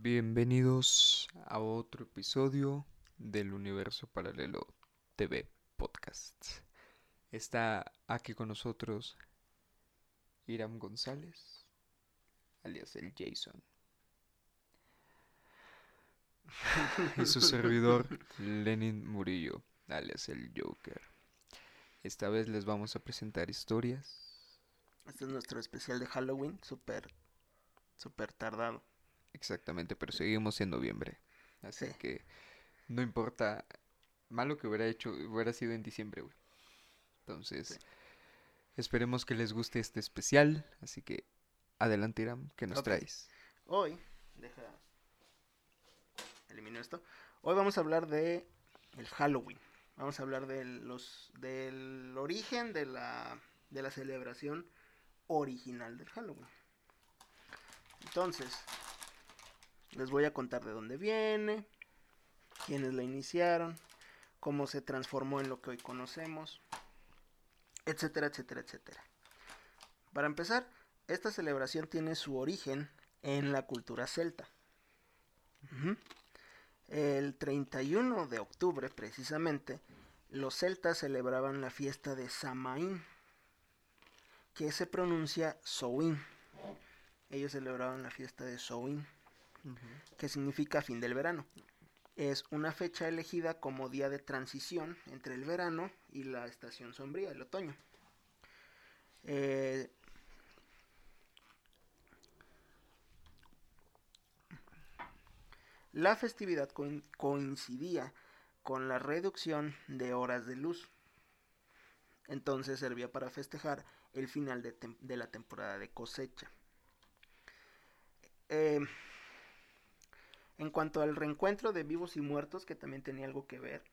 Bienvenidos a otro episodio del Universo Paralelo TV Podcast. Está aquí con nosotros Iram González, alias el Jason, y su servidor Lenin Murillo, alias el Joker. Esta vez les vamos a presentar historias. Este es nuestro especial de Halloween, súper tardado. Exactamente, pero seguimos en noviembre. Así Sí. que no importa, malo que hubiera sido en diciembre, güey. Entonces, Sí. esperemos que les guste este especial. Así que, adelante, Iram, ¿qué nos Ok. traes? Hoy, elimino esto. Hoy vamos a hablar de el Halloween. Vamos a hablar del origen de la celebración original del Halloween. Entonces, les voy a contar de dónde viene, quiénes la iniciaron, cómo se transformó en lo que hoy conocemos, etcétera, etcétera, etcétera. Para empezar, esta celebración tiene su origen en la cultura celta. Uh-huh. El 31 de octubre, precisamente, los celtas celebraban la fiesta de Samaín, que se pronuncia Samhain. Ellos celebraban la fiesta de Samhain, que significa fin del verano. Es una fecha elegida como día de transición entre el verano y la estación sombría, el otoño. La festividad coincidía con la reducción de horas de luz. Entonces servía para festejar el final de la temporada de cosecha. En cuanto al reencuentro de vivos y muertos, que también tenía algo que ver,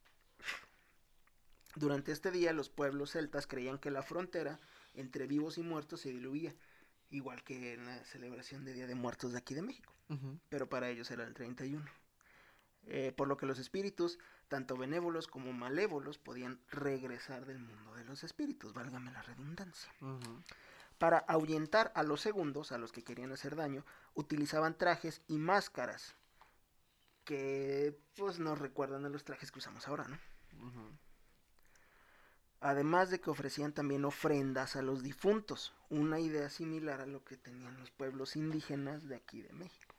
durante este día los pueblos celtas creían que la frontera entre vivos y muertos se diluía, igual que en la celebración de Día de Muertos de aquí de México. Pero para ellos era el 31. Por lo que los espíritus, tanto benévolos como malévolos, podían regresar del mundo de los espíritus, válgame la redundancia. Para ahuyentar a los segundos, a los que querían hacer daño, utilizaban trajes y máscaras que pues nos recuerdan a los trajes que usamos ahora, ¿no? Además de que ofrecían también ofrendas a los difuntos, una idea similar a lo que tenían los pueblos indígenas de aquí de México.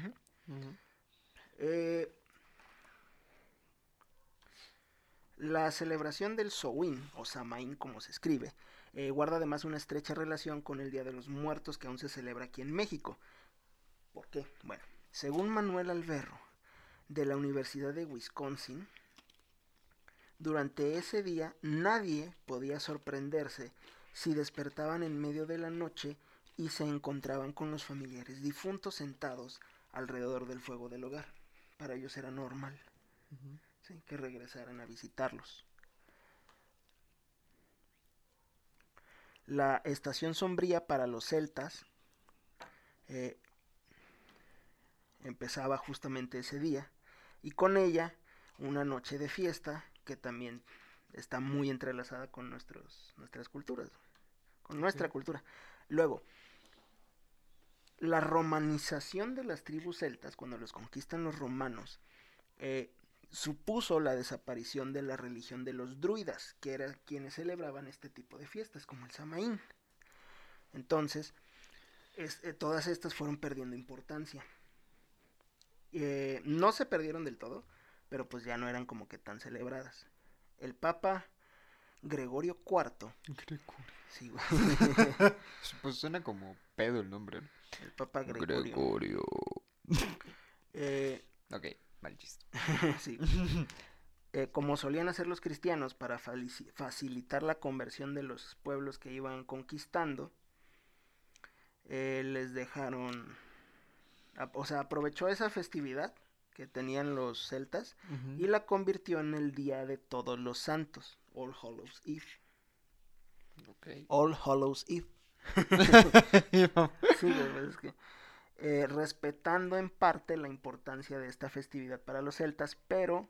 La celebración del Samhain, o Samaín como se escribe, guarda además una estrecha relación con el Día de los Muertos que aún se celebra aquí en México. ¿Por qué? Bueno, según Manuel Alberro, de la Universidad de Wisconsin, durante ese día nadie podía sorprenderse si despertaban en medio de la noche y se encontraban con los familiares difuntos sentados alrededor del fuego del hogar. Para ellos era normal, ¿sí?, que regresaran a visitarlos. La estación sombría para los celtas empezaba justamente ese día, y con ella una noche de fiesta que también está muy entrelazada con nuestras culturas, con nuestra cultura. Luego, la romanización de las tribus celtas, cuando los conquistan los romanos, supuso la desaparición de la religión de los druidas, que eran quienes celebraban este tipo de fiestas, como el Samaín. Entonces, todas estas fueron perdiendo importancia. No se perdieron del todo, pero pues ya no eran como que tan celebradas. El Papa Gregorio IV. Gregorio. Sí, güey. Pues suena como pedo el nombre, ¿no? El Papa Gregorio. Ok, mal chiste. Sí. Como solían hacer los cristianos para facilitar la conversión de los pueblos que iban conquistando, les dejaron, o sea, aprovechó esa festividad que tenían los celtas y la convirtió en el Día de Todos los Santos, All Hallows Eve. Okay. All Hallows Eve. Sí, es que respetando en parte la importancia de esta festividad para los celtas, pero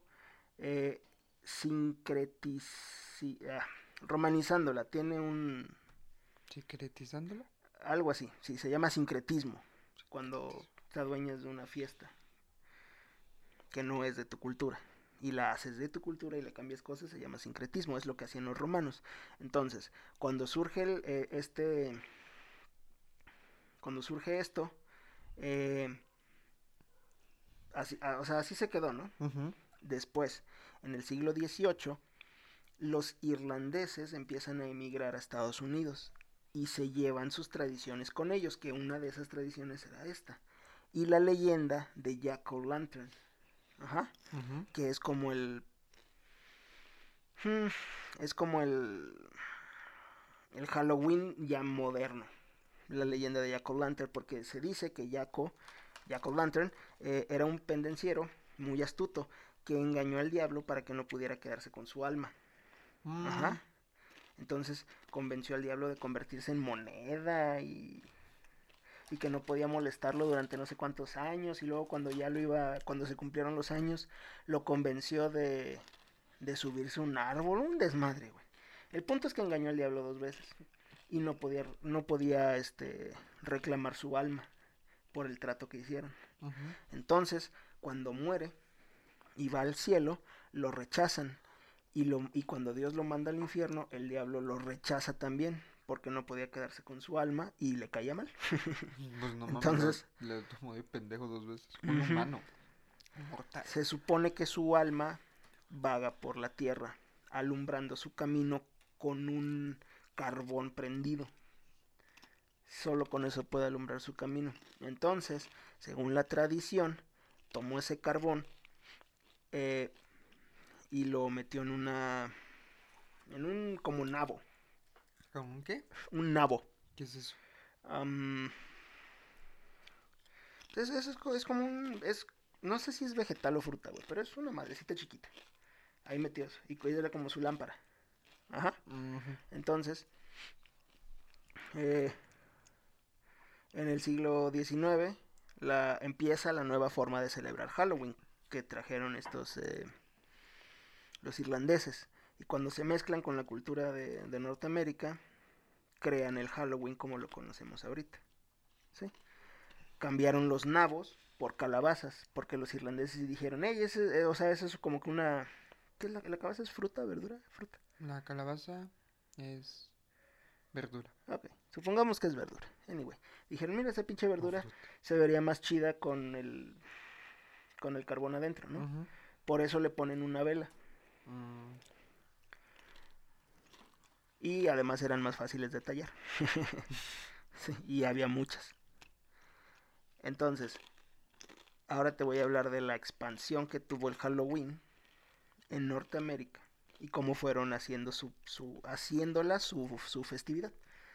romanizándola, tiene ¿Secretizándola? algo así, sí, se llama sincretismo, cuando te adueñas de una fiesta que no es de tu cultura y la haces de tu cultura y le cambias cosas, se llama sincretismo, es lo que hacían los romanos. Entonces, cuando surge esto, o sea, así se quedó, ¿no? Ujú. Después, en el siglo XVIII, los irlandeses empiezan a emigrar a Estados Unidos y se llevan sus tradiciones con ellos, que una de esas tradiciones era esta. Y la leyenda de Jack O'Lantern, ajá, Ujú. que es como es como el Halloween ya moderno, la leyenda de Jack O'Lantern, porque se dice que Jack O'Lantern era un pendenciero muy astuto que engañó al diablo para que no pudiera quedarse con su alma. Mm. Ajá. Entonces convenció al diablo de convertirse en moneda y que no podía molestarlo durante no sé cuántos años, y luego cuando se cumplieron los años, lo convenció de subirse a un árbol, un desmadre, güey. El punto es que engañó al diablo 2 veces y no podía reclamar su alma por el trato que hicieron. Ujú. Entonces, cuando muere y va al cielo, lo rechazan. Y cuando Dios lo manda al infierno, el diablo lo rechaza también, porque no podía quedarse con su alma y le caía mal. Pues no mames, Entonces, le tomó de pendejo 2 veces. Un ujú, humano. Mortal. se supone que su alma vaga por la tierra, alumbrando su camino con un carbón prendido. Solo con eso puede alumbrar su camino. Entonces, según la tradición, tomó ese carbón eh, y lo metió en un como nabo, ¿Cómo qué? un nabo. ¿Qué es eso? Am, es como no sé si es vegetal o fruta, güey, pero es una madrecita chiquita. Ahí metió eso. Y era como su lámpara. Ajá. Ujú. Entonces, eh, en el siglo XIX empieza la nueva forma de celebrar Halloween que trajeron los irlandeses. Y cuando se mezclan con la cultura de Norteamérica, crean el Halloween como lo conocemos ahorita. ¿Sí? Cambiaron los nabos por calabazas, porque los irlandeses dijeron, hey, o sea, eso es como que una... ¿Qué es la calabaza? ¿Es fruta, verdura? Fruta. La calabaza es verdura Ok, supongamos que es verdura. Anyway, dijeron, mira, esa pinche o verdura fruta. se vería más chida con el carbón adentro, ¿no? Ujú. Por eso le ponen una vela. Mm. Y además eran más fáciles de tallar. Sí, y había muchas. Entonces, ahora te voy a hablar de la expansión que tuvo el Halloween en Norteamérica y cómo fueron haciéndola su festividad.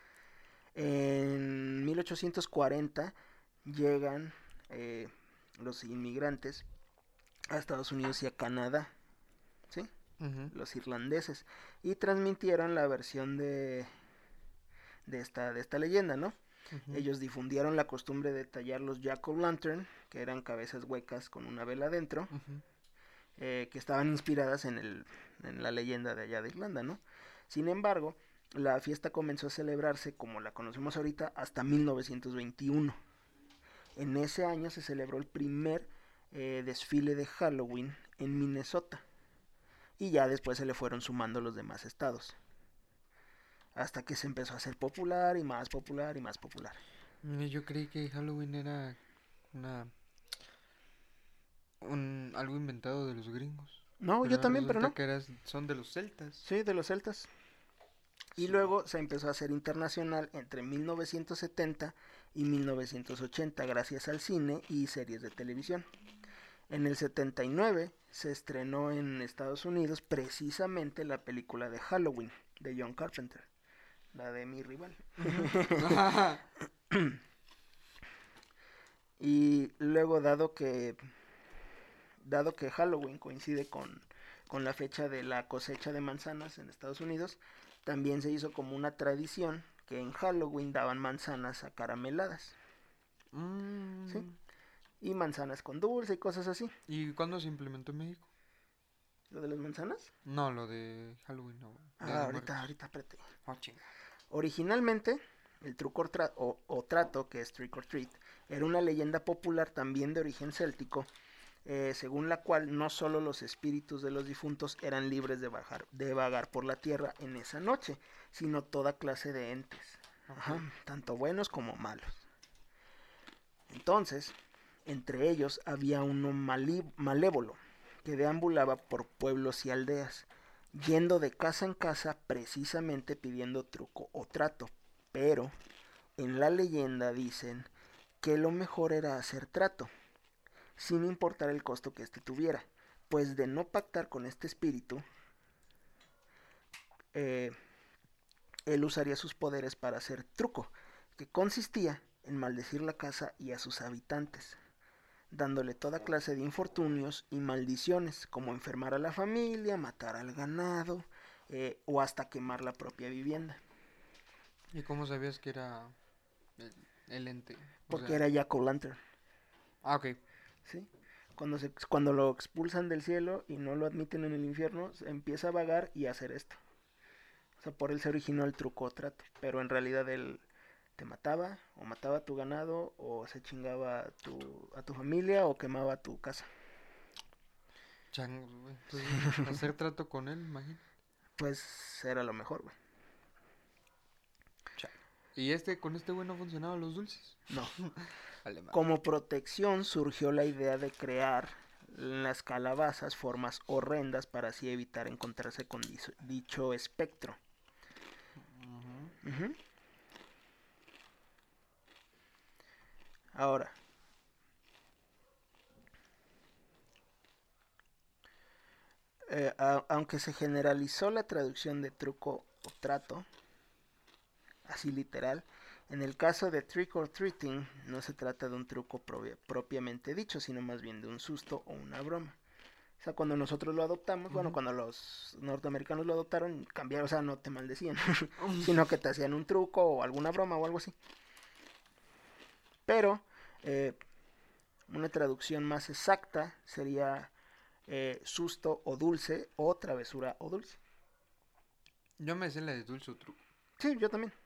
En 1840 llegan los inmigrantes a Estados Unidos y a Canadá, ¿sí? Ujú. Los irlandeses, y transmitieron la versión de esta leyenda, ¿no? Ujú. Ellos difundieron la costumbre de tallar los jack-o'-lantern, que eran cabezas huecas con una vela adentro, Ujú. que estaban inspiradas en la leyenda de allá de Irlanda, ¿no? Sin embargo, la fiesta comenzó a celebrarse como la conocemos ahorita hasta 1921. En ese año se celebró el primer desfile de Halloween en Minnesota y ya después se le fueron sumando los demás estados hasta que se empezó a hacer popular y más popular y más popular. Mira, yo creí que Halloween era una algo inventado de los gringos. No, yo Pero también, pero resulta no. que son de los celtas. Sí, de los celtas. Y Su- luego se empezó a hacer internacional entre 1970 y 1980 gracias al cine y series de televisión. En el 79 se estrenó en Estados Unidos precisamente la película de Halloween de John Carpenter, la de Mi Rival. Ujú. Y luego, dado que Halloween coincide con la fecha de la cosecha de manzanas en Estados Unidos, también se hizo como una tradición que en Halloween daban manzanas acarameladas, ¿sí? Mm. Y manzanas con dulce y cosas así. ¿Y cuándo se implementó en México? ¿Lo de las manzanas? No, lo de Halloween, no. Día Ah, de ahorita, Muertos. espérate. Oh, chinga. Originalmente El truco o trato, que es trick or treat, era una leyenda popular también de origen céltico, según la cual no solo los espíritus de los difuntos eran libres de vagar por la tierra en esa noche, sino toda clase de entes, tanto buenos como malos. Entonces, entre ellos había uno malévolo, que deambulaba por pueblos y aldeas, yendo de casa en casa precisamente pidiendo truco o trato, pero en la leyenda dicen que lo mejor era hacer trato, sin importar el costo que éste tuviera, pues de no pactar con este espíritu, él usaría sus poderes para hacer truco, que consistía en maldecir la casa y a sus habitantes, dándole toda clase de infortunios y maldiciones, como enfermar a la familia, matar al ganado, o hasta quemar la propia vivienda. ¿Y cómo sabías que era el ente? Porque era Jack O'Lantern. Ah, ok. ¿Sí? Cuando lo expulsan del cielo y no lo admiten en el infierno, empieza a vagar y a hacer esto. O sea, por él se originó el truco o trato, pero en realidad él te mataba, o mataba a tu ganado, o se chingaba a tu familia, o quemaba tu casa. Changos, güey. Entonces, hacer trato con él, imagínate. Pues era lo mejor, güey. ¿Y con este güey no funcionaban los dulces? No. Vale, Como protección surgió la idea de crear en las calabazas formas horrendas para así evitar encontrarse con dicho espectro. Uh-huh. Ahora, aunque se generalizó la traducción de truco o trato, así literal, en el caso de trick or treating no se trata de un truco propiamente dicho, sino más bien de un susto o una broma. O sea, cuando nosotros lo adoptamos, bueno, cuando los norteamericanos lo adoptaron, cambiaron, o sea, no te maldecían, sino que te hacían un truco o alguna broma o algo así. Pero una traducción más exacta sería susto o dulce, o travesura o dulce. Yo me sé la de dulce o truco. Sí, yo también.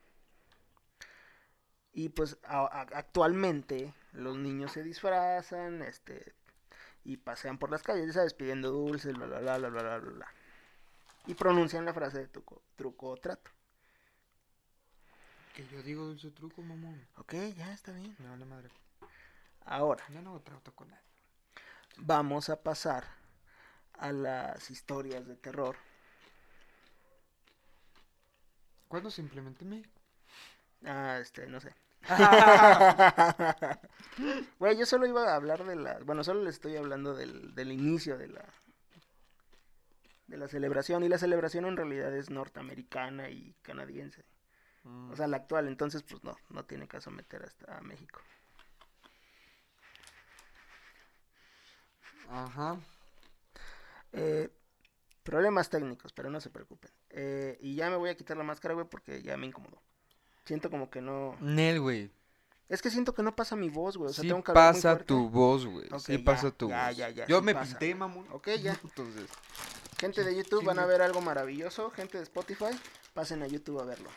Y pues actualmente los niños se disfrazan, y pasean por las calles, ¿sabes? Pidiendo dulces, bla, bla, bla, bla, bla, bla, bla. Y pronuncian la frase de truco o trato. Que yo digo dulce o truco, mamón. Ok, ya está bien. Me vale madre. Ahora, Yo no trato con nadie. vamos a pasar a las historias de terror. ¿Cuándo se implementó en México? No sé. Güey, yo solo iba a hablar bueno, solo les estoy hablando del inicio de la celebración. Y la celebración en realidad es norteamericana y canadiense. O sea, la actual. Entonces, pues no tiene caso meter hasta México. Ajá. Problemas técnicos, pero no se preocupen. Y ya me voy a quitar la máscara, güey, porque ya me incomodó. Siento como que no... Nel, güey. Es que siento que no pasa mi voz, güey. O sea, Sí tengo que hablar muy pasa fuerte. tu voz, güey. Ok, Sí ya, pasa tu ya, voz. ya, Yo sí me pasa. pinté, mamón. Ok, ya. Entonces, Gente de YouTube van a ver algo maravilloso. Gente de Spotify, pasen a YouTube a verlo.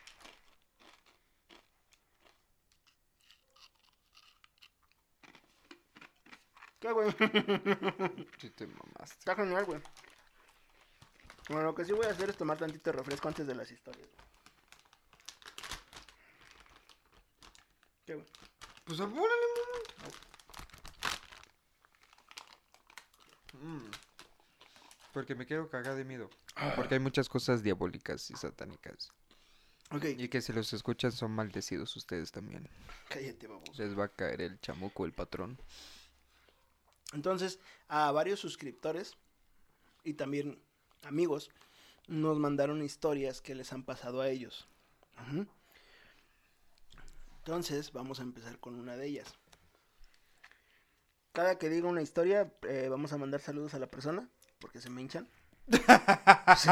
¿Qué, güey? sí te mamaste. Está genial, güey. Bueno, lo que sí voy a hacer es tomar tantito de refresco antes de las historias. ¿Qué, güey? Pues apúrale, mamón. Porque me quiero cagar de miedo. Porque hay muchas cosas diabólicas y satánicas. Ok. Y que si los escuchan son maldecidos ustedes también. Cállate, baboso. Les va a caer el chamuco, el patrón. Entonces, a varios suscriptores y también amigos nos mandaron historias que les han pasado a ellos. Uh-huh. Entonces, vamos a empezar con una de ellas. Cada que diga una historia, vamos a mandar saludos a la persona, porque se me hinchan. Sí.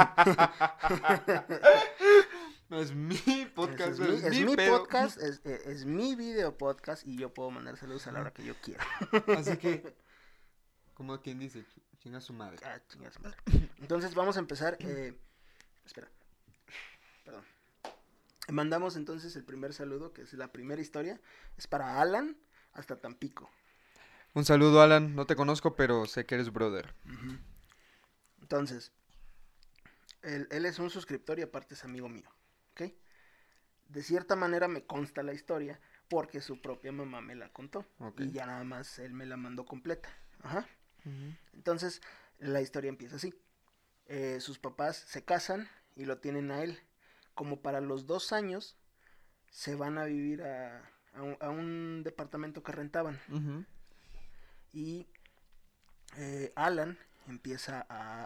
Es mi podcast, es mi podcast, es mi video podcast y yo puedo mandar saludos a la hora que yo quiera. Así que, como quien dice, chinga su madre. Ah, chinga su madre. Entonces vamos a empezar. Espera. Perdón. Mandamos entonces el primer saludo, que es la primera historia. Es para Alan, hasta Tampico. Un saludo, Alan. No te conozco, pero sé que eres brother. Uh-huh. Entonces, él es un suscriptor y aparte es amigo mío. ¿Ok? De cierta manera me consta la historia porque su propia mamá me la contó. Okay. Y ya nada más él me la mandó completa. Ajá. Uh-huh. Entonces, la historia empieza así. Sus papás se casan y lo tienen a él. Como para los 2 años, se van a vivir a un departamento que rentaban. Uh-huh. Y Alan empieza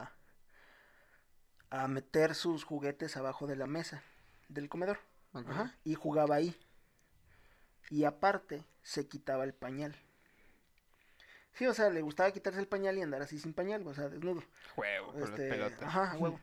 a meter sus juguetes abajo de la mesa del comedor. Okay. Ajá, y jugaba ahí. Y aparte, se quitaba el pañal. Sí, o sea, le gustaba quitarse el pañal y andar así sin pañal, o sea, desnudo. Huevo, con las pelotas. Ajá, huevo.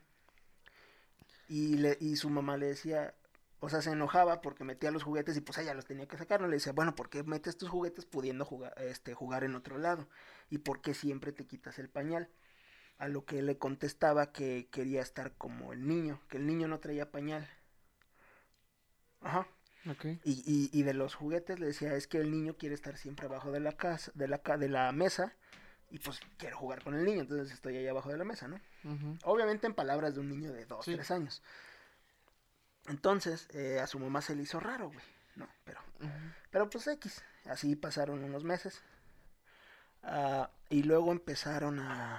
Y su mamá le decía, o sea, se enojaba porque metía los juguetes y pues ella los tenía que sacar, ¿no? Le decía, bueno, ¿por qué metes tus juguetes pudiendo jugar en otro lado? ¿Y por qué siempre te quitas el pañal? A lo que él le contestaba que quería estar como el niño, que el niño no traía pañal. Ajá. Okay. Y de los juguetes le decía, es que el niño quiere estar siempre abajo de la casa, de la mesa, y pues quiero jugar con el niño, entonces estoy ahí abajo de la mesa, ¿no? Uh-huh. Obviamente en palabras de un niño de 2, 3 años. Entonces, a su mamá se le hizo raro, güey, ¿no? Pero pues X, así pasaron unos meses. Y luego empezaron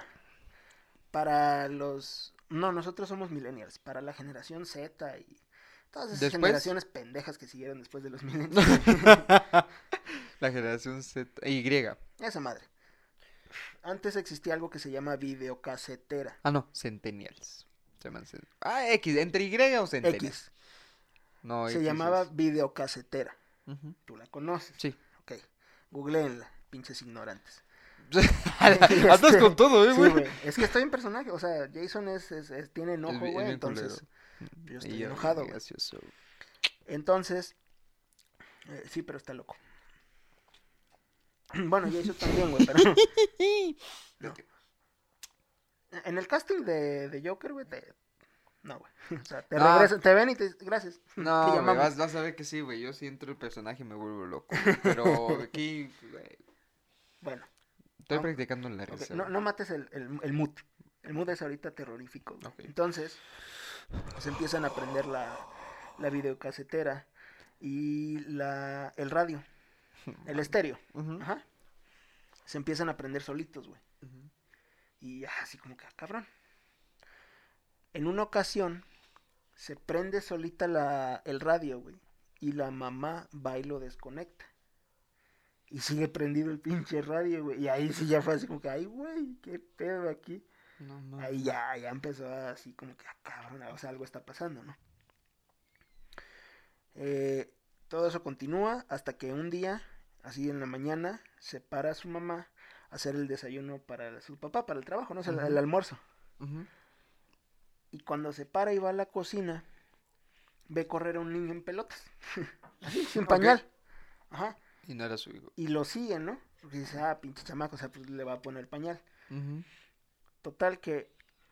para los... No, nosotros somos millennials, para la generación Z y todas esas generaciones pendejas que siguieron después de los millennials. La generación Z, Y. Esa madre. Antes existía algo que se llama videocasetera. Ah, no, Centennials. Se llaman X, ¿entre Y o Centennials? X. No, se X llamaba es... videocasetera. Uh-huh. ¿Tú la conoces? Sí. Ok. Googleenla, pinches ignorantes. Andas con todo, sí, güey. Güey. Es que estoy en personaje. O sea, Jason tiene enojo, güey. Entonces, yo estoy enojado, güey. Entonces, sí, pero está loco. Bueno, Jason también, güey, pero... No. En el casting de Joker, güey, no, güey. O sea, te regresan, te ven y te gracias. No, güey, vas a ver que sí, güey. Yo si entro el personaje y me vuelvo loco. Pero aquí, güey. Bueno. Estoy practicando en la risa. Okay. No mates el mood. El mood es ahorita terrorífico. Okay. Entonces, se empiezan a prender la videocasetera y el radio, el estéreo. Uh-huh. Ajá. Se empiezan a prender solitos, güey. Uh-huh. Y así como que, cabrón. En una ocasión, se prende solita el radio, güey. Y la mamá va y lo desconecta. Y sigue prendido el pinche radio, güey. Y ahí sí ya fue así como que, ay, güey, qué pedo aquí. No. Ahí ya empezó así como que, cabrón, o sea, algo está pasando, ¿no? Todo eso continúa hasta que un día, así en la mañana, se para su mamá a hacer el desayuno para su papá, para el trabajo, ¿no? O sea, el almuerzo. Uh-huh. Y cuando se para y va a la cocina, ve correr a un niño en pelotas. Así, sin pañal. Okay. Ajá. Y no era su hijo. Y lo sigue, ¿no? Porque dice, pinche chamaco, o sea, pues le va a poner el pañal. Uh-huh. Total que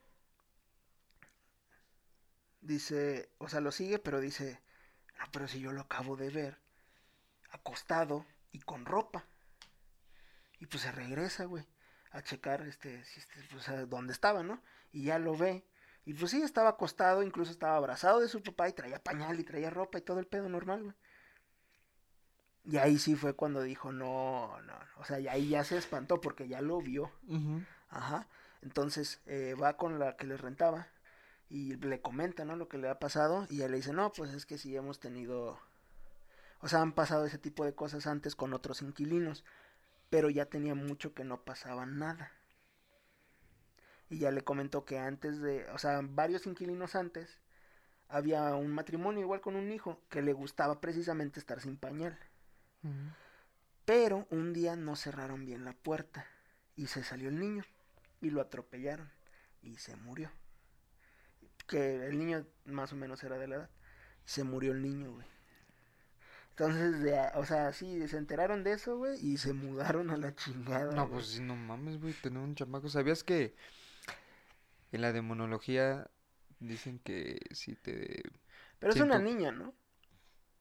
dice, o sea, lo sigue, pero dice, no, pero si yo lo acabo de ver acostado y con ropa. Y pues se regresa, güey, a checar, pues, dónde estaba, ¿no? Y ya lo ve. Y pues sí, estaba acostado, incluso estaba abrazado de su papá y traía pañal y traía ropa y todo el pedo normal, güey. Y ahí sí fue cuando dijo, no, o sea, y ahí ya se espantó porque ya lo vio. Uh-huh. Ajá. Entonces va con la que le rentaba y le comenta, ¿no? Lo que le ha pasado y ella le dice, no, pues es que sí hemos tenido, o sea, han pasado ese tipo de cosas antes con otros inquilinos, pero ya tenía mucho que no pasaba nada. Y ya le comentó que antes o sea, varios inquilinos antes, había un matrimonio igual con un hijo que le gustaba precisamente estar sin pañal. Uh-huh. Pero un día no cerraron bien la puerta y se salió el niño y lo atropellaron y se murió. Que el niño más o menos era de la edad. Se murió el niño, güey. Entonces, o sea, sí, se enteraron de eso, güey, y se mudaron a la chingada. No, pues no mames, güey, tener un chamaco. ¿Sabías que en la demonología dicen que si te... Pero es una niña, ¿no?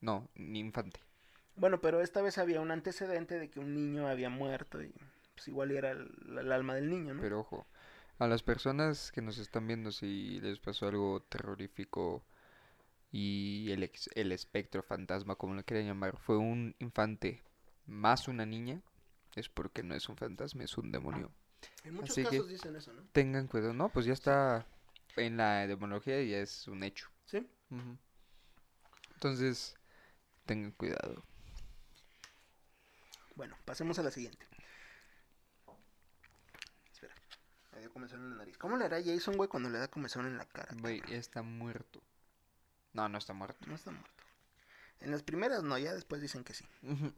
No, ni infante. Bueno, pero esta vez había un antecedente de que un niño había muerto y pues igual era el alma del niño, ¿no? Pero ojo, a las personas que nos están viendo, si les pasó algo terrorífico y el espectro fantasma, como lo quieran llamar, fue un infante más una niña, es porque no es un fantasma, es un demonio. En muchos Así que casos dicen eso, ¿no? tengan cuidado. No, pues ya Sí. está en la demonología y ya es un hecho. ¿Sí? Ujú. Entonces, tengan cuidado. Bueno, pasemos a la siguiente. Espera, me dio comezón en la nariz. ¿Cómo le hará Jason, güey, cuando le da comezón en la cara? Güey, cabrón? está muerto. No, no está muerto. No está muerto. En las primeras no, ya después dicen que sí. Ujú.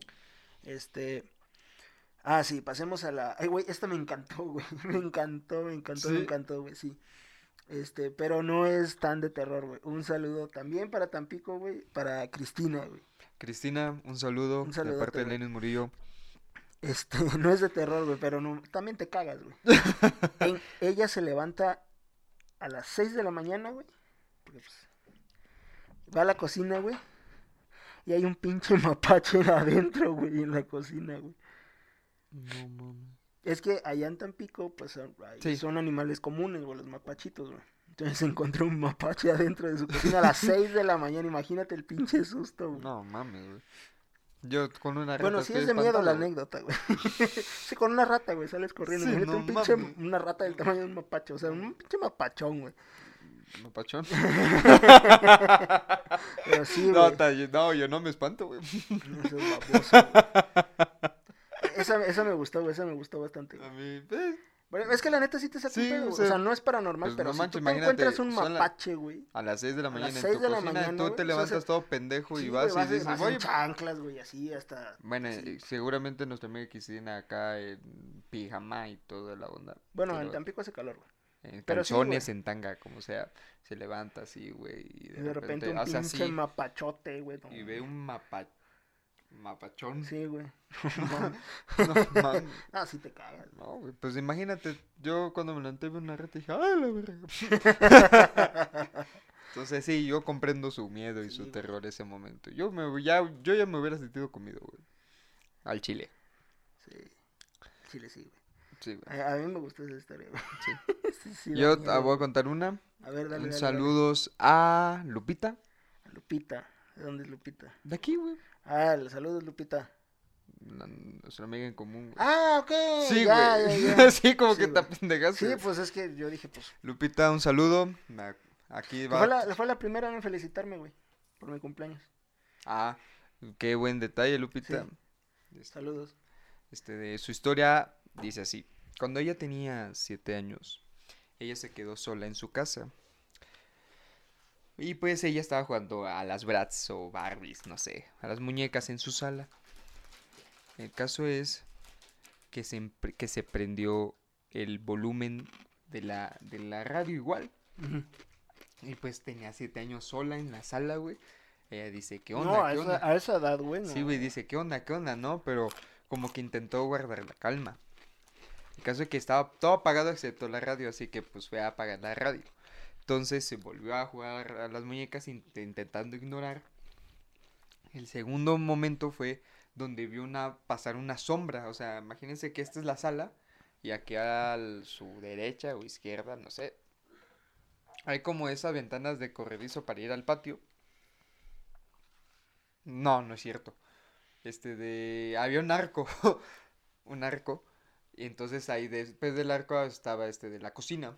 Ah, sí, pasemos a la... Ay, güey, esta me encantó, güey. Me encantó, Sí. güey, sí. Pero no es tan de terror, güey. Un saludo también para Tampico, güey. Para Cristina, güey. Cristina, un saludo Un de saludote, parte de güey. Lenin Murillo. No es de terror, güey, pero no, también te cagas, güey. Ella se levanta a las 6 de la mañana, güey. Porque, pues, va a la cocina, güey. Y hay un pinche mapache adentro, güey, en la cocina, güey. No mames. Es que allá en Tampico, pues Sí. son animales comunes, güey, los mapachitos, güey. Entonces se encontró un mapache adentro de su cocina a las 6 de la mañana. Imagínate el pinche susto, güey. No mames, güey. Yo con una rata Bueno, sí estoy es de miedo la espantado, güey. anécdota, güey. Sí, con una rata, güey, sales corriendo. Sí, Imagínate no un pinche, mames. una rata del tamaño de un mapache, o sea, un pinche mapachón, güey. ¿Mapachón? Pero sí, No, güey. no, yo no me espanto, güey. Eso es baboso, güey. Esa me gustó, güey, esa me gustó bastante, A güey. mí, Bueno, es que la neta sí te saca un sí, pedo, o güey. O sea, sea, no es paranormal, pues pero no si manches, tú te encuentras imagínate, un mapache, güey, a las 6 de la a las mañana en 6 tu de la cocina mañana, y tú güey, te o sea, levantas todo pendejo y sí, vas güey, y dices, vas voy. en chanclas, güey, así hasta... Bueno, Sí. seguramente nuestra amiga Cristina acá en pijama y toda la onda. Bueno, se en leva- Tampico hace calor, güey. En Pero sí, calzones, güey. en tanga, como sea, se levanta así, güey, y Y de de repente repente, un o sea, pinche sí, mapachote, güey. No, y ve un mapachón. sí, güey. No mames. Ah, sí te cagas. No, güey, pues imagínate, yo cuando me levanté vi una rata y dije, ¡ay, la verga! Entonces sí, yo comprendo su miedo y Sí, su güey. terror ese momento. Yo ya me hubiera sentido comido, güey. Al chile. Sí, chile, sí, güey. Sí, güey. A mí me gustó esa historia, güey. Sí. Sí, sí, da Yo miedo, voy a güey. contar una. A ver, dale, Un dale, saludos a Lupita. dale. Lupita. ¿De dónde es Lupita? De aquí, güey. Ah, saludos, Lupita. Nuestra amiga en común, güey. Ah, ok. Sí, ya, güey. ya, ya. Sí, como Sí, que te güey. apendejaste. Sí, pues es que yo dije, pues. Lupita, un saludo. Aquí va. Fue la primera en felicitarme, güey. Por mi cumpleaños. Ah, qué buen detalle, Lupita. Saludos. De su historia dice así. Cuando ella tenía 7 años, ella se quedó sola en su casa. Y pues ella estaba jugando a las Bratz o Barbies, no sé, a las muñecas en su sala. El caso es que se prendió el volumen de la radio igual. Ujú. Y pues tenía 7 años sola en la sala, güey. Ella dice, ¿qué No, onda? ¿Qué onda? a esa edad, güey. No. Sí, güey, dice, ¿qué onda? ¿Qué onda? No, pero como que intentó guardar la calma. El caso es que estaba todo apagado excepto la radio, así que pues fue a apagar la radio. Entonces se volvió a jugar a las muñecas intentando ignorar. El segundo momento fue donde vio pasar una sombra. O sea, imagínense que esta es la sala y aquí a su derecha o izquierda, no sé. Hay como esas ventanas de corredizo para ir al patio. No, no es cierto. Había un arco. Un arco. Y entonces ahí después del arco estaba de la cocina.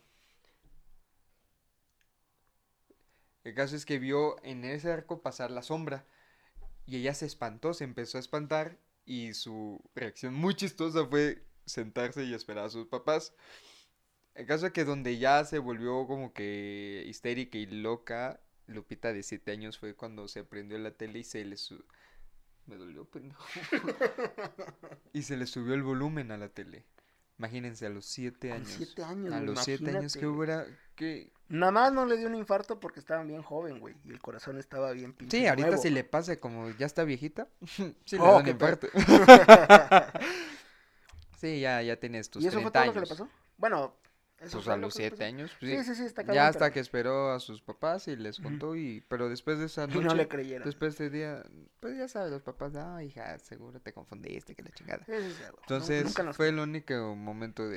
El caso es que vio en ese arco pasar la sombra. Y ella se espantó, se empezó a espantar. Y su reacción muy chistosa fue sentarse y esperar a sus papás. El caso es que donde ya se volvió como que histérica y loca, Lupita de 7 años, fue cuando se prendió la tele y me dolió, pendejo. Y se le subió el volumen a la tele. Imagínense, a los 7 Con años. 7 años, A güey, los 7 años, imagínate, ¿qué güey. hubiera? ¿Qué? Nada más no le dio un infarto porque estaba bien joven, güey. Y el corazón estaba bien pinche Sí, ahorita nuevo. si le pasa, como ya está viejita, sí le Oh, da un qué infarto. Sí, ya tienes tus ¿Y eso fue 30 todo lo que le años. pasó? Bueno, Eso pues fue a lo los que le 7 pasó. años, Sí, pues, sí. sí, sí, está Ya cabrón, hasta pero... que esperó a sus papás y les Ujú. contó pero después de esa Y no le noche, creyeron. después de ese día, pues ya sabes, los papás, no, hija, seguro te confundiste, que la chingada. Sí, sí, sí, güey. Entonces, Nunca nos fue creen. el único momento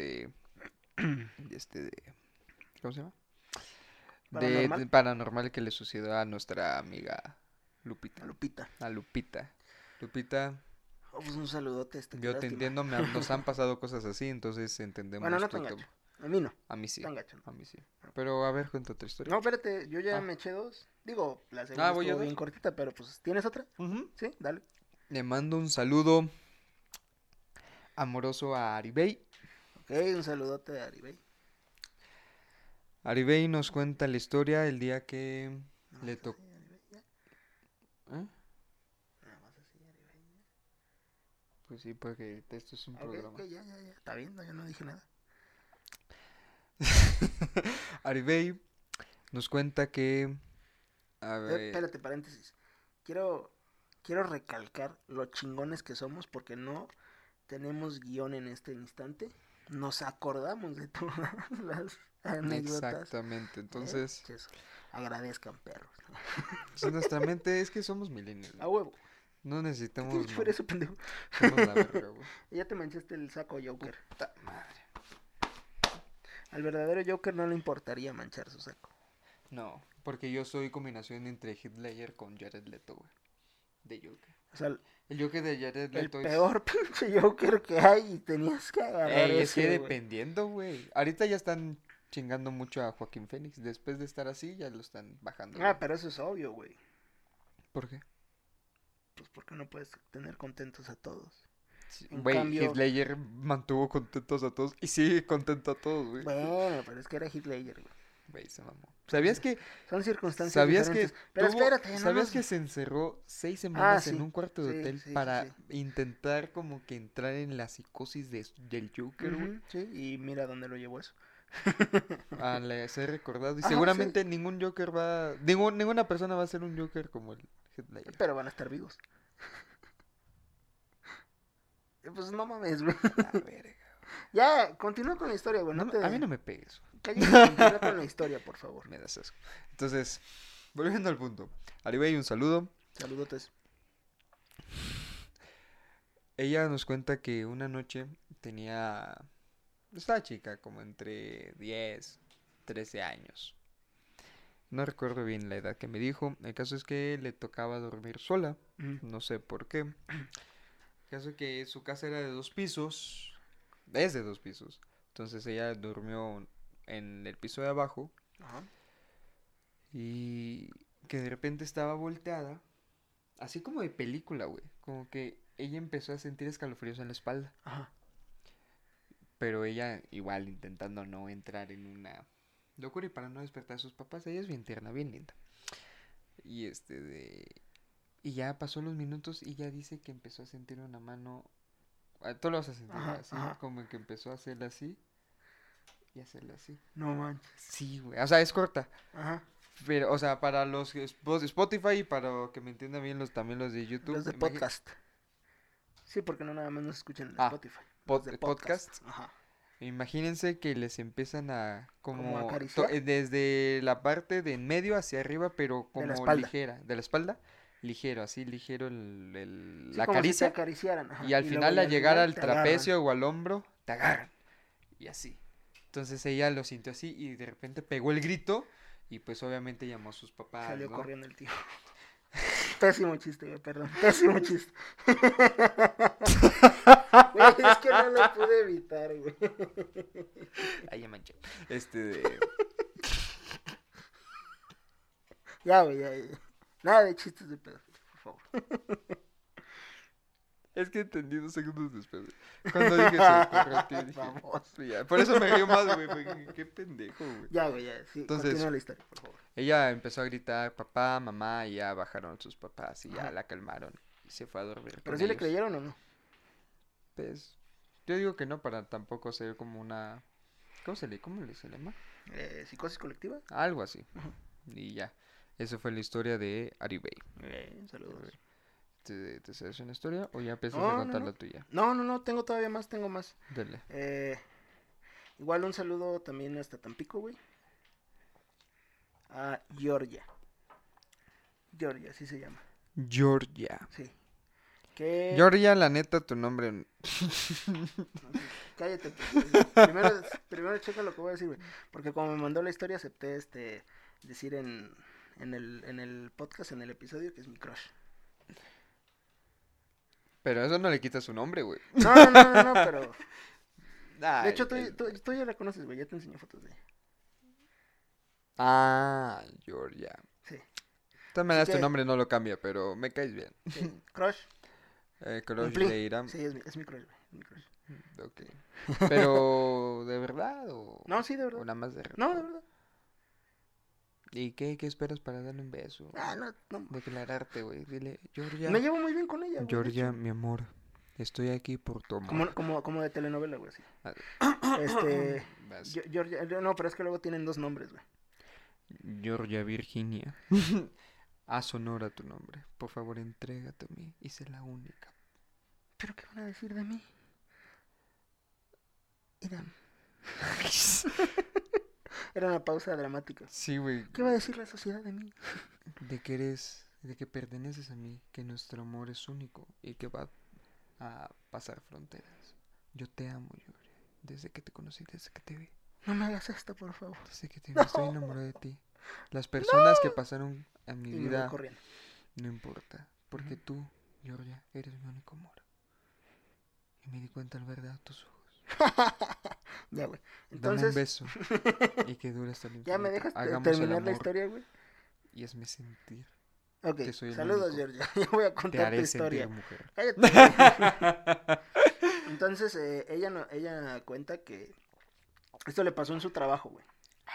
de ¿cómo se llama? Paranormal. De paranormal que le sucedió a nuestra amiga Lupita. A Lupita. A Lupita. Lupita, Oh, pues un saludote, qué yo te lástima. entiendo, nos han pasado cosas así, entonces Bueno, entendemos no tu tan tema. gacho. A mí no. A mí sí, Tan gacho, no. a mí sí. Pero a ver, cuenta otra historia. No, espérate, yo ya Ah. me eché 2. Digo, la segunda ¿Voy a estuvo dar? bien cortita, pero pues, ¿tienes otra? Ujú. Sí, dale. Le mando un saludo amoroso a Aribey. Ok, un saludote a Aribey. Aribey nos cuenta la historia el día que Nada le más tocó. así, Aribey, ya. ¿Eh? Nada más así, Aribey, ya. Pues sí, porque esto es un Ok, programa. ok, ya. Está bien, no, yo no dije nada. Aribey nos cuenta que. A ver. Espérate, paréntesis. Quiero recalcar lo chingones que somos porque no tenemos guión en este instante. Nos acordamos de todas las anécdotas. Exactamente, entonces. Eso. Agradezcan, perros. Pues nuestra mente es que somos millennials. A huevo. No ¿Qué necesitamos. tienes que ver eso, pendejo? Somos la verga, güey. Ya te manchaste el saco Joker. Puta madre. Al verdadero Joker no le importaría manchar su saco. No, porque yo soy combinación entre Heath Ledger con Jared Leto, güey. De Joker. O sea, El Joker de Jared el Leto peor pinche Joker que hay y tenías que agarrar es que ese, güey. dependiendo, güey. Ahorita ya están chingando mucho a Joaquín Phoenix. Después de estar así, ya lo están bajando. Ah, pero eso es obvio, güey. ¿Por qué? Pues porque no puedes tener contentos a todos. Sí, En güey, cambio- Heath Ledger mantuvo contentos a todos y sigue contento a todos, güey. Bueno, pero es que era Heath Ledger, güey. Güey, se mamó. ¿Sabías que Son circunstancias ¿Sabías que diferentes. Pero tuvo- espérate, no ¿Sabías nos- que se encerró 6 semanas sí, en un cuarto de sí, hotel sí, para sí. intentar como que entrar en la psicosis del Joker, güey? Ujú, sí, y mira dónde lo llevó eso. A ser recordado. Y Ajá, seguramente ningún Joker ninguna persona va a ser un Joker como el Heath Ledger. Pero van a estar vivos. Pues no mames, güey. La verga. Ya, continúa con la historia, güey. No No me- te... A mí no me pegues, Cállate, continúa con la historia, por favor. me das asco. Entonces, volviendo al punto. Aribey, un saludo. Saludotes. Ella nos cuenta que una noche estaba chica, como entre 10, 13 años. No recuerdo bien la edad que me dijo. El caso es que le tocaba dormir sola. No sé por qué. El caso es que su casa era de 2 pisos. Es de 2 pisos. Entonces ella durmió en el piso de abajo. Ajá. Y que de repente estaba volteada. Así como de película, güey. Como que ella empezó a sentir escalofríos en la espalda. Ajá. Pero ella igual intentando no entrar en una locura y para no despertar a sus papás. Ella es bien tierna, bien linda. Y y ya pasó los minutos y ya dice que empezó a sentir una mano. Tú lo vas a sentir Ajá, así, ajá. como que empezó a hacerla así y hacerla así. No manches. Sí, güey. O sea, es corta. Ajá. Pero, o sea, para los Spotify y para que me entiendan bien también los de YouTube. Los de podcast. Sí, porque no nada más nos escuchan en Ah, Spotify. Los de podcast. Ajá. Imagínense que les empiezan a ¿Como acariciar? desde la parte de en medio hacia arriba, pero De la como espalda. ligera, de la espalda, ligero, así ligero Sí, la como si te caricia acariciaran. Ajá. y al luego final ya al llegar final al te agarran. trapecio o al hombro, te agarran y así. Entonces ella lo sintió así y de repente pegó el grito y pues obviamente llamó a sus papás, Salió ¿no? corriendo el tío. Pésimo chiste, güey, perdón. Pésimo chiste. Güey, es que no lo pude evitar, güey. Ay, ya manché. Ya, güey, ya. Nada de chistes de pedofilia, por favor. Es que entendí 2 segundos después. Cuando dije se me ocurrió a ti, dije, Vamos. ya, por eso me río más, güey, porque qué pendejo, güey. Ya, güey, ya. Sí, Entonces- continúa la historia, por favor. Ella empezó a gritar papá, mamá, y ya bajaron sus papás y ya Ajá. la calmaron y se fue a dormir ¿Pero con sí le ellos. creyeron o no? Pues, yo digo que no para tampoco ser como una... ¿Cómo se llama? ¿Psicosis colectiva? Algo así. Ajá. Y ya, esa fue la historia de Aribey. Saludos. ¿Te sabes una historia o ya empiezas No, a no, contar no. la tuya? No, tengo todavía más, tengo más. Dale. Igual un saludo también hasta Tampico, güey. A Georgia. Georgia, así se llama. Georgia. Sí. Que... Georgia, la neta, tu nombre... No, sí, cállate, pues. Primero checa lo que voy a decir, güey. Porque como me mandó la historia, acepté decir en el podcast, en el episodio, que es mi crush. Pero eso no le quita su nombre, güey. No, pero... Ay, De hecho, tú ya la conoces, güey. Ya te enseñé fotos de ella. Ah, Georgia. Sí. De todas maneras, tu que- nombre no lo cambia, pero me caes bien. Sí. Crush. Crush Cumplí. de Iram. Sí, es mi crush, güey. Mi crush. Ok. Pero, ¿de verdad o...? No, sí, de O verdad. nada más de No, de verdad. ¿Y qué esperas para darle un beso? Ah, no. Declararte, güey. Dile, Georgia. Me llevo muy bien con ella, güey. de Georgia, hecho. mi amor. Estoy aquí por tu amor. Como de telenovela, güey, así. Ah, vas. Georgia, no, pero es que luego tienen 2 nombres, güey. Georgia Virginia. Haz honor a tu nombre. Por favor, entrégate a mí. Y sé la única. ¿Pero qué van a decir de mí? Era una pausa dramática. Sí, güey. ¿Qué va a decir la sociedad de mí? De que perteneces a mí, que nuestro amor es único y que va a pasar fronteras. Yo te amo, Georgia. Desde que te conocí, desde que te vi. No me hagas esto, por favor. Desde que te vi, estoy enamorado de ti. Las personas que pasaron en mi Y me voy vida corriendo. no importa, porque tú, Georgia, eres mi único amor. Y me di cuenta al ver a tus ojos. Ya, güey. Dame un Entonces, beso y que dure hasta el infinito. ¿ya me dejas Hagamos terminar el la amor historia, güey? y hazme sentir. Ok, Que soy el saludos, único. Georgia. Ya voy a Te contar tu haré historia. sentir mujer. Cállate, güey. Entonces, ella cuenta que esto le pasó en su trabajo, güey.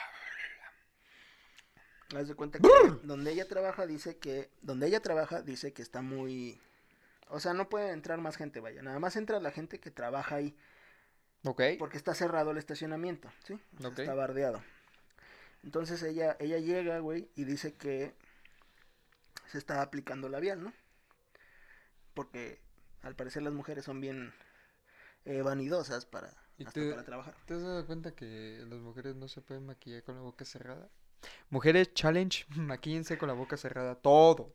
Haz de cuenta que donde ella trabaja dice que está muy, o sea, no puede entrar más gente, vaya, nada más entra la gente que trabaja ahí, Ok. porque está cerrado el estacionamiento, ¿sí? O sea, Ok. está bardeado. Entonces ella llega, güey, y dice que se está aplicando labial, ¿no? Porque al parecer las mujeres son bien vanidosas ¿Y hasta para trabajar. ¿Te has dado cuenta que las mujeres no se pueden maquillar con la boca cerrada? Mujeres, challenge, maquíllense con la boca cerrada, todo.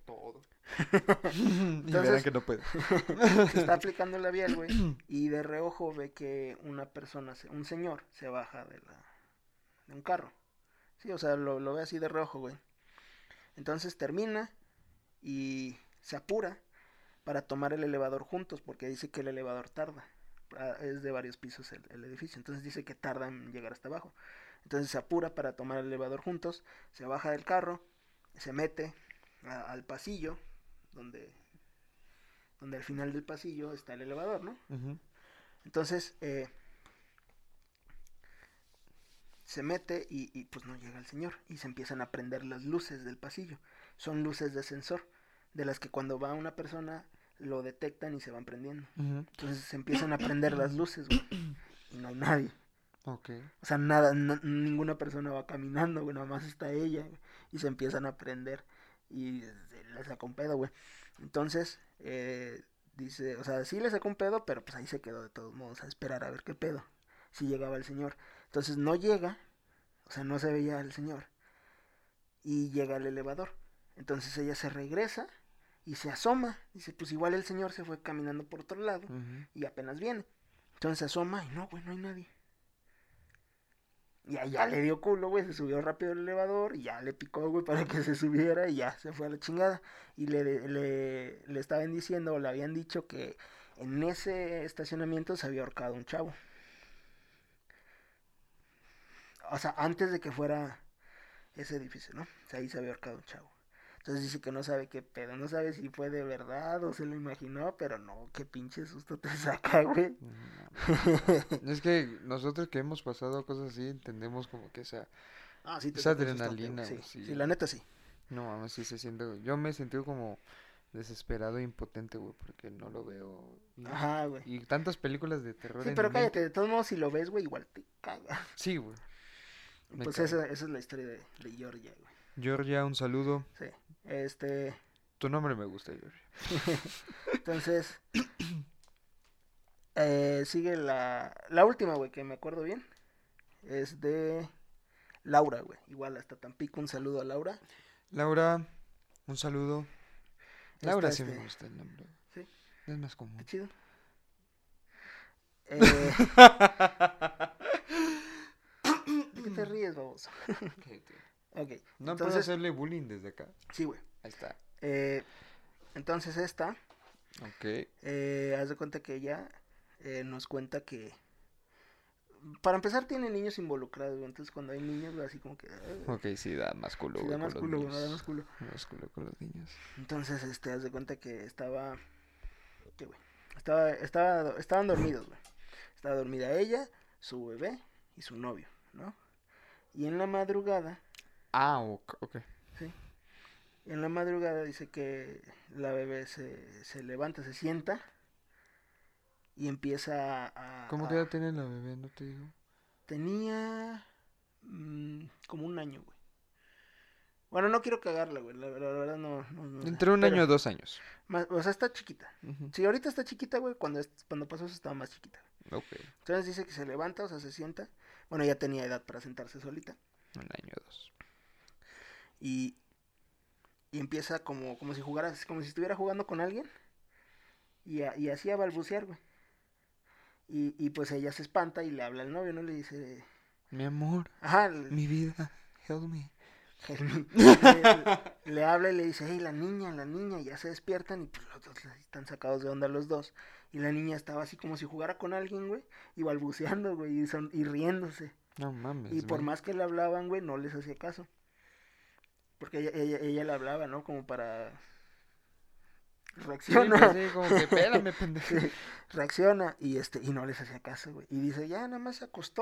Y verán que no pueden. Se está aplicando el labial, güey, y de reojo ve que una persona, un señor, se baja de un carro. Sí, o sea, lo ve así de reojo, güey. Entonces termina y se apura para tomar el elevador juntos, porque dice que el elevador tarda. Es de varios pisos el edificio, entonces dice que tarda en llegar hasta abajo. Entonces se apura para tomar el elevador juntos, se baja del carro, se mete al pasillo, donde al final del pasillo está el elevador, ¿no? Ujú. Entonces se mete y pues no llega el señor, y se empiezan a prender las luces del pasillo. Son luces de sensor, de las que cuando va una persona lo detectan y se van prendiendo. Ujú. Entonces se empiezan a prender las luces, güey, y no hay nadie. Ok. O sea, ninguna persona va caminando, güey, nada más está ella, güey, y se empiezan a prender y le saca un pedo, güey. Entonces, dice, o sea, sí le sacó un pedo, pero pues ahí se quedó de todos modos a esperar a ver qué pedo, si llegaba el señor. Entonces no llega, o sea, no se veía el señor, y llega el elevador. Entonces ella se regresa y se asoma, dice, pues igual el señor se fue caminando por otro lado Ujú. y apenas viene. Entonces se asoma y no, güey, no hay nadie. Y ya le dio culo, güey, se subió rápido el elevador y ya le picó, güey, para que se subiera y ya se fue a la chingada. Y le estaban diciendo, o le habían dicho que en ese estacionamiento se había ahorcado un chavo. O sea, antes de que fuera ese edificio, ¿no? O sea, ahí se había ahorcado un chavo. Entonces dice que no sabe qué pedo, no sabe si fue de verdad o se lo imaginó, pero no, qué pinche susto te saca, güey. No, es que nosotros que hemos pasado cosas así entendemos como que esa Ah, sí, te esa saca un sustote, adrenalina, güey. güey, Sí, sí. sí, la neta sí. No mames, sí se siente, güey. Yo me he sentido como desesperado e impotente, güey, porque no lo veo. Ajá, güey. Y tantas películas de terror Sí, en pero mi mente. cállate, de todos modos, si lo ves, güey, igual te caga. Sí, güey. Me Pues caga. esa es la historia de Georgia, güey. Georgia, un saludo. Sí. Tu nombre me gusta, Georgia. Entonces, sigue la última, güey, que me acuerdo bien. es de Laura, güey. Igual hasta Tampico, un saludo a Laura. Laura, un saludo. Laura Esta, sí me gusta el nombre. Sí, Es más está común. chido. ¿De qué te ríes, baboso? Ok, No puedo entonces, hacerle bullying desde acá. sí, güey. Ahí está. Entonces esta, Ok. haz de cuenta que ella nos cuenta que, para empezar, tiene niños involucrados, güey. Entonces cuando hay niños, güey, así como que... Ok, sí, da más culo, sí, güey, da más con los culo, güey, da niños. más culo. Más culo con los niños. Entonces, haz de cuenta que estaba... ¿Qué, güey? Estaban dormidos, güey. Estaba dormida ella, su bebé y su novio, ¿no? Y en la madrugada... Ah, ok. Sí. En la madrugada dice que la bebé se levanta, se sienta y empieza ¿Cómo que edad tiene la bebé? ¿No te digo? Tenía como un año, güey. Bueno, no quiero cagarla, güey. La verdad no sé. Entre un año Pero, y 2 años. o sea, está chiquita. Ujú. Sí, ahorita está chiquita, güey. Cuando pasó eso estaba más chiquita. Ok. Entonces dice que se levanta, o sea, se sienta. Bueno, ya tenía edad para sentarse solita. Un año o 2. Y, y empieza como si jugara, como si estuviera jugando con alguien. Y así a balbucear, güey. Y pues ella se espanta y le habla al novio, ¿no? Le dice... Mi amor, Ajá, mi vida, help me. le habla y le dice, hey, la niña, y ya se despiertan y pues los dos están sacados de onda los dos. Y la niña estaba así como si jugara con alguien, güey, y balbuceando, güey, y riéndose. No mames, Y por güey. más que le hablaban, güey, no les hacía caso. Porque ella le hablaba, ¿no? Como para... Sí, Reacciona. pues sí, como que espérame, pendejo. Sí, reacciona y no les hacía caso, güey. Y dice, ya nada más se acostó.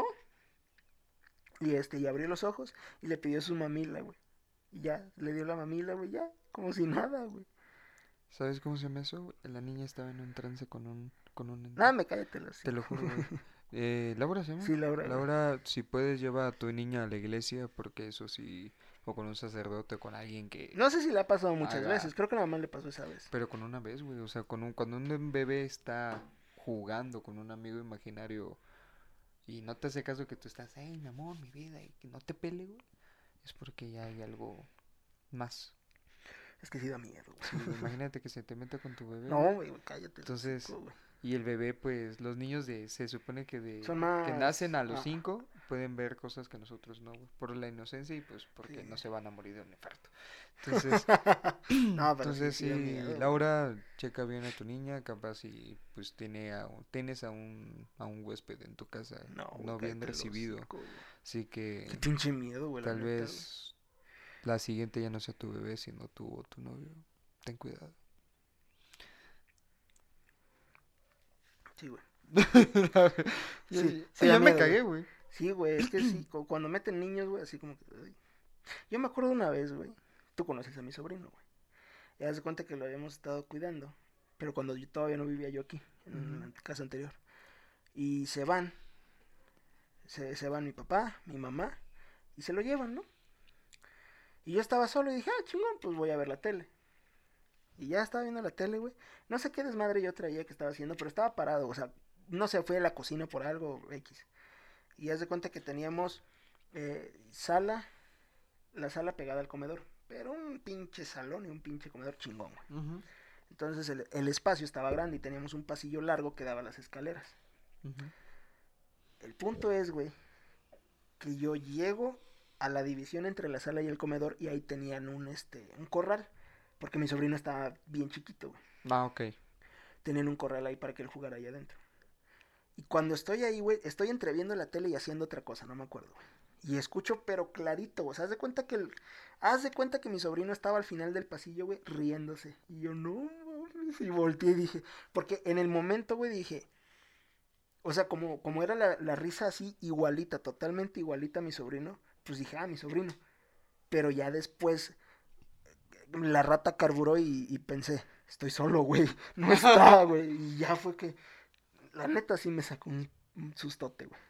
Y abrió los ojos y le pidió su mamila, güey. Y ya, le dio la mamila, güey, ya, como si nada, güey. ¿Sabes cómo se llama eso, güey? La niña estaba en un trance con un ente. Nada, me cállate los Te lo juro, güey. ¿Laura se llama? Sí, Laura, güey. Laura, si puedes, lleva a tu niña a la iglesia, porque eso sí, o con un sacerdote, o con alguien que No sé si le ha pasado muchas haga, veces, creo que nada más le pasó esa vez. pero con una vez, güey, o sea, cuando un bebé está jugando con un amigo imaginario y no te hace caso que tú estás, hey, mi amor, mi vida, y que no te pele, güey, es porque ya hay algo más. Es que sí da miedo, güey. Sí, güey, imagínate que se te meta con tu bebé, No, güey. güey, cállate. Entonces, Güey. y el bebé, pues, los niños se supone que Son que más... nacen a los 5 pueden ver cosas que nosotros no, güey, por la inocencia y pues porque Sí. no se van a morir de un infarto. Entonces, No, pero entonces sí da sí, miedo, güey. Laura, checa bien a tu niña, capaz y pues tienes a un huésped en tu casa, No, güey, no bien cállate el recibido. hocico, güey. Así que Qué pinche miedo, güey, la tal neta, güey. vez la siguiente ya no sea tu bebé, sino tú o tu novio. Ten cuidado. Sí, güey. Ya, Sí, ya da me miedo, cagué, güey. güey. Sí, güey, es que sí, cuando meten niños, güey, así como que... ay. Yo me acuerdo una vez, güey, tú conoces a mi sobrino, güey. Y haz de cuenta que lo habíamos estado cuidando, pero cuando yo todavía no vivía yo aquí, en la casa anterior. Y se van mi papá, mi mamá, y se lo llevan, ¿no? Y yo estaba solo y dije, ah, chingón, pues voy a ver la tele. Y ya estaba viendo la tele, güey. No sé qué desmadre yo traía que estaba haciendo, pero estaba parado, o sea, no sé, fui a la cocina por algo, X. Y haz de cuenta que teníamos la sala pegada al comedor, pero un pinche salón y un pinche comedor chingón, güey. Entonces el espacio estaba grande y teníamos un pasillo largo que daba a las escaleras. El punto es, güey, que yo llego a la división entre la sala y el comedor y ahí tenían un corral, porque mi sobrino estaba bien chiquito, güey. Ah, ok. Tenían un corral ahí para que él jugara ahí adentro. Y cuando estoy ahí, güey, estoy entreviendo la tele y haciendo otra cosa, no me acuerdo, güey. Y escucho, pero clarito, güey. Haz de cuenta que mi sobrino estaba al final del pasillo, güey, riéndose. Y yo, no mames. Y volteé y dije, porque en el momento, güey, dije, o sea, como era la risa así, igualita, totalmente igualita a mi sobrino, pues dije, ah, mi sobrino. Pero ya después, la rata carburó y pensé, estoy solo, güey. No está, güey. Y ya fue que, la neta sí me sacó un sustote, güey.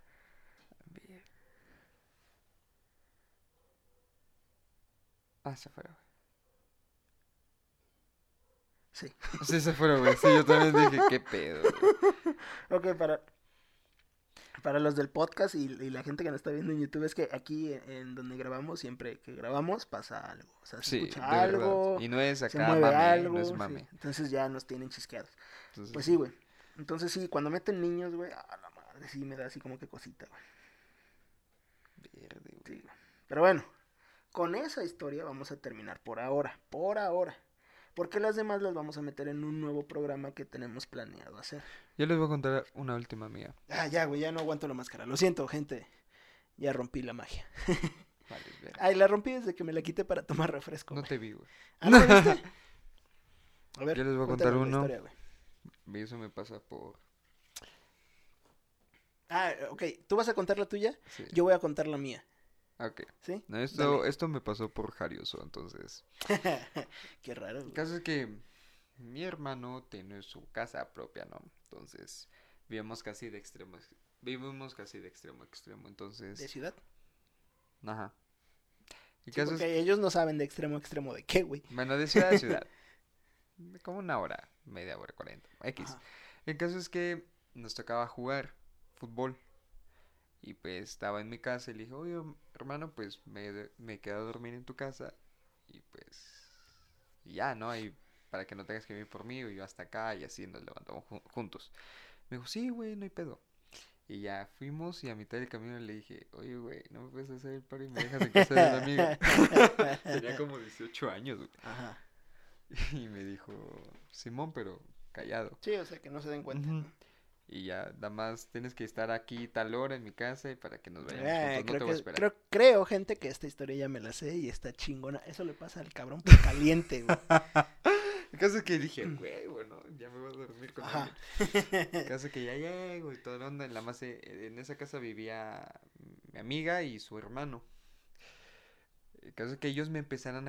Ah, se fueron, güey. Sí. Sí, se fueron, güey. Sí, yo también dije, qué pedo, güey. Ok, Para los del podcast y la gente que nos está viendo en YouTube, es que aquí en donde grabamos, siempre que grabamos, pasa algo. O sea, se Sí, escucha de verdad. algo, Y no es se acá mueve mame, no algo, es sí. mame. Entonces ya nos tienen chisqueados. Entonces, Pues sí, güey. Entonces sí, cuando meten niños, güey, a la madre, sí me da así como que cosita, güey. verde, güey. Sí, güey. Pero bueno, con esa historia vamos a terminar por ahora. Por ahora. Porque las demás las vamos a meter en un nuevo programa que tenemos planeado hacer. Yo les voy a contar una última mía. Ah, ya, güey, ya no aguanto la máscara. Lo siento, gente. Ya rompí la magia. Vale, verga. Ay, la rompí desde que me la quité para tomar refresco. No güey. te vi, güey. Ah, ¿no me viste? A ver, Yo les voy a cuéntame contar la uno. historia, güey. Y eso me pasa por... Ah, ok. ¿Tú vas a contar la tuya? Sí. Yo voy a contar la mía. Ok. ¿Sí? No, Dale. esto me pasó por Jarioso, entonces... Qué raro, El güey. caso es que mi hermano tiene su casa propia, ¿no? Entonces, vivimos casi de extremo a extremo, entonces... ¿De ciudad? Ajá. El Sí, caso porque es... ellos no saben de extremo a extremo de qué, güey. Bueno, de ciudad a ciudad. Como una hora, media hora, 40. X. Ajá. El caso es que nos tocaba jugar fútbol. Y pues estaba en mi casa y le dije, oye, hermano, pues me quedo a dormir en tu casa. Y pues... Y ya, ¿no? Y para que no tengas que venir por mí, y yo hasta acá y así nos levantamos juntos. Me dijo, sí, güey, no hay pedo. Y ya fuimos y a mitad del camino le dije, oye, güey, no me puedes hacer el paro y me dejas en casa de un amigo. Tenía como 18 años, güey. Ajá. Y me dijo, Simón, pero callado. Sí, o sea, que no se den cuenta. Ujú. Y ya, nada más tienes que estar aquí tal hora en mi casa y para que nos vayamos juntos. No te Creo voy a que, esperar. creo, gente, que esta historia ya me la sé y está chingona. Eso le pasa al cabrón por caliente, güey. El caso es que dije, güey, bueno, ya me voy a dormir con Ajá. alguien. El caso es que ya llego y toda la onda. En esa casa vivía mi amiga y su hermano. El caso es que ellos me empiezan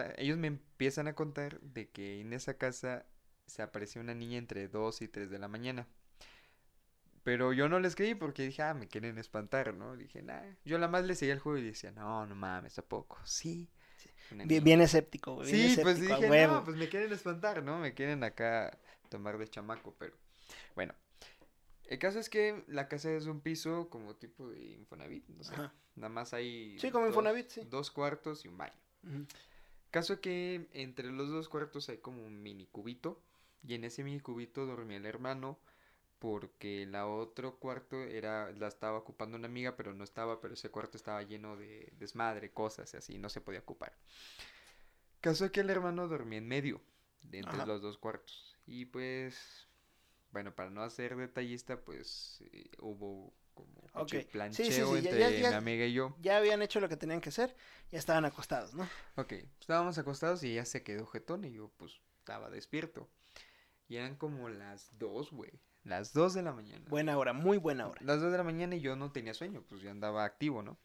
a contar de que en esa casa se apareció una niña entre 2 y 3 de la mañana. Pero yo no les creí porque dije, me quieren espantar, ¿no? Dije, nah. Yo la más le seguía el juego y decía, no mames, tampoco. Sí. Una niña. Bien escéptico, güey. Bien Sí, pues escéptico, a dije, huevo. no, pues me quieren espantar, ¿no? Me quieren acá tomar de chamaco, pero bueno. El caso es que la casa es un piso como tipo de Infonavit, no sé. Ajá. Nada más hay Sí, como Infonavit, sí. 2 cuartos y un baño. Ujú. Caso que entre los 2 cuartos hay como un mini cubito. Y en ese mini cubito dormía el hermano. Porque la otro cuarto la estaba ocupando una amiga, pero no estaba, pero ese cuarto estaba lleno de desmadre, cosas y así, no se podía ocupar. Caso que el hermano dormía en medio, de entre Ajá. los 2 cuartos. Y pues, bueno, para no hacer detallista, pues hubo como Ok. mucho Sí, plancheo sí, entre mi amiga y yo. ya habían hecho lo que tenían que hacer. Ya estaban acostados, ¿no? Ok, estábamos acostados y ella se quedó jetón y yo pues estaba despierto. Y eran como las 2, güey. Las 2 de la mañana. Buena hora, muy buena hora. Las 2 de la mañana y yo no tenía sueño, pues ya andaba activo, ¿no?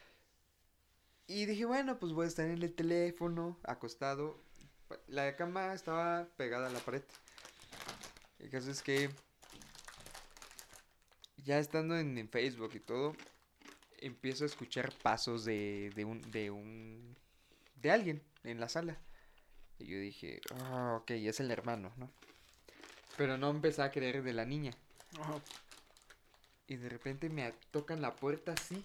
Y dije, bueno, pues voy a estar en el teléfono, acostado. La cama estaba pegada a la pared. El caso es que ya estando en Facebook y todo, empiezo a escuchar pasos de alguien en la sala. Y yo dije, ok, es el hermano, ¿no? Pero no empecé a creer de la niña. Ajá. Y de repente me tocan la puerta así.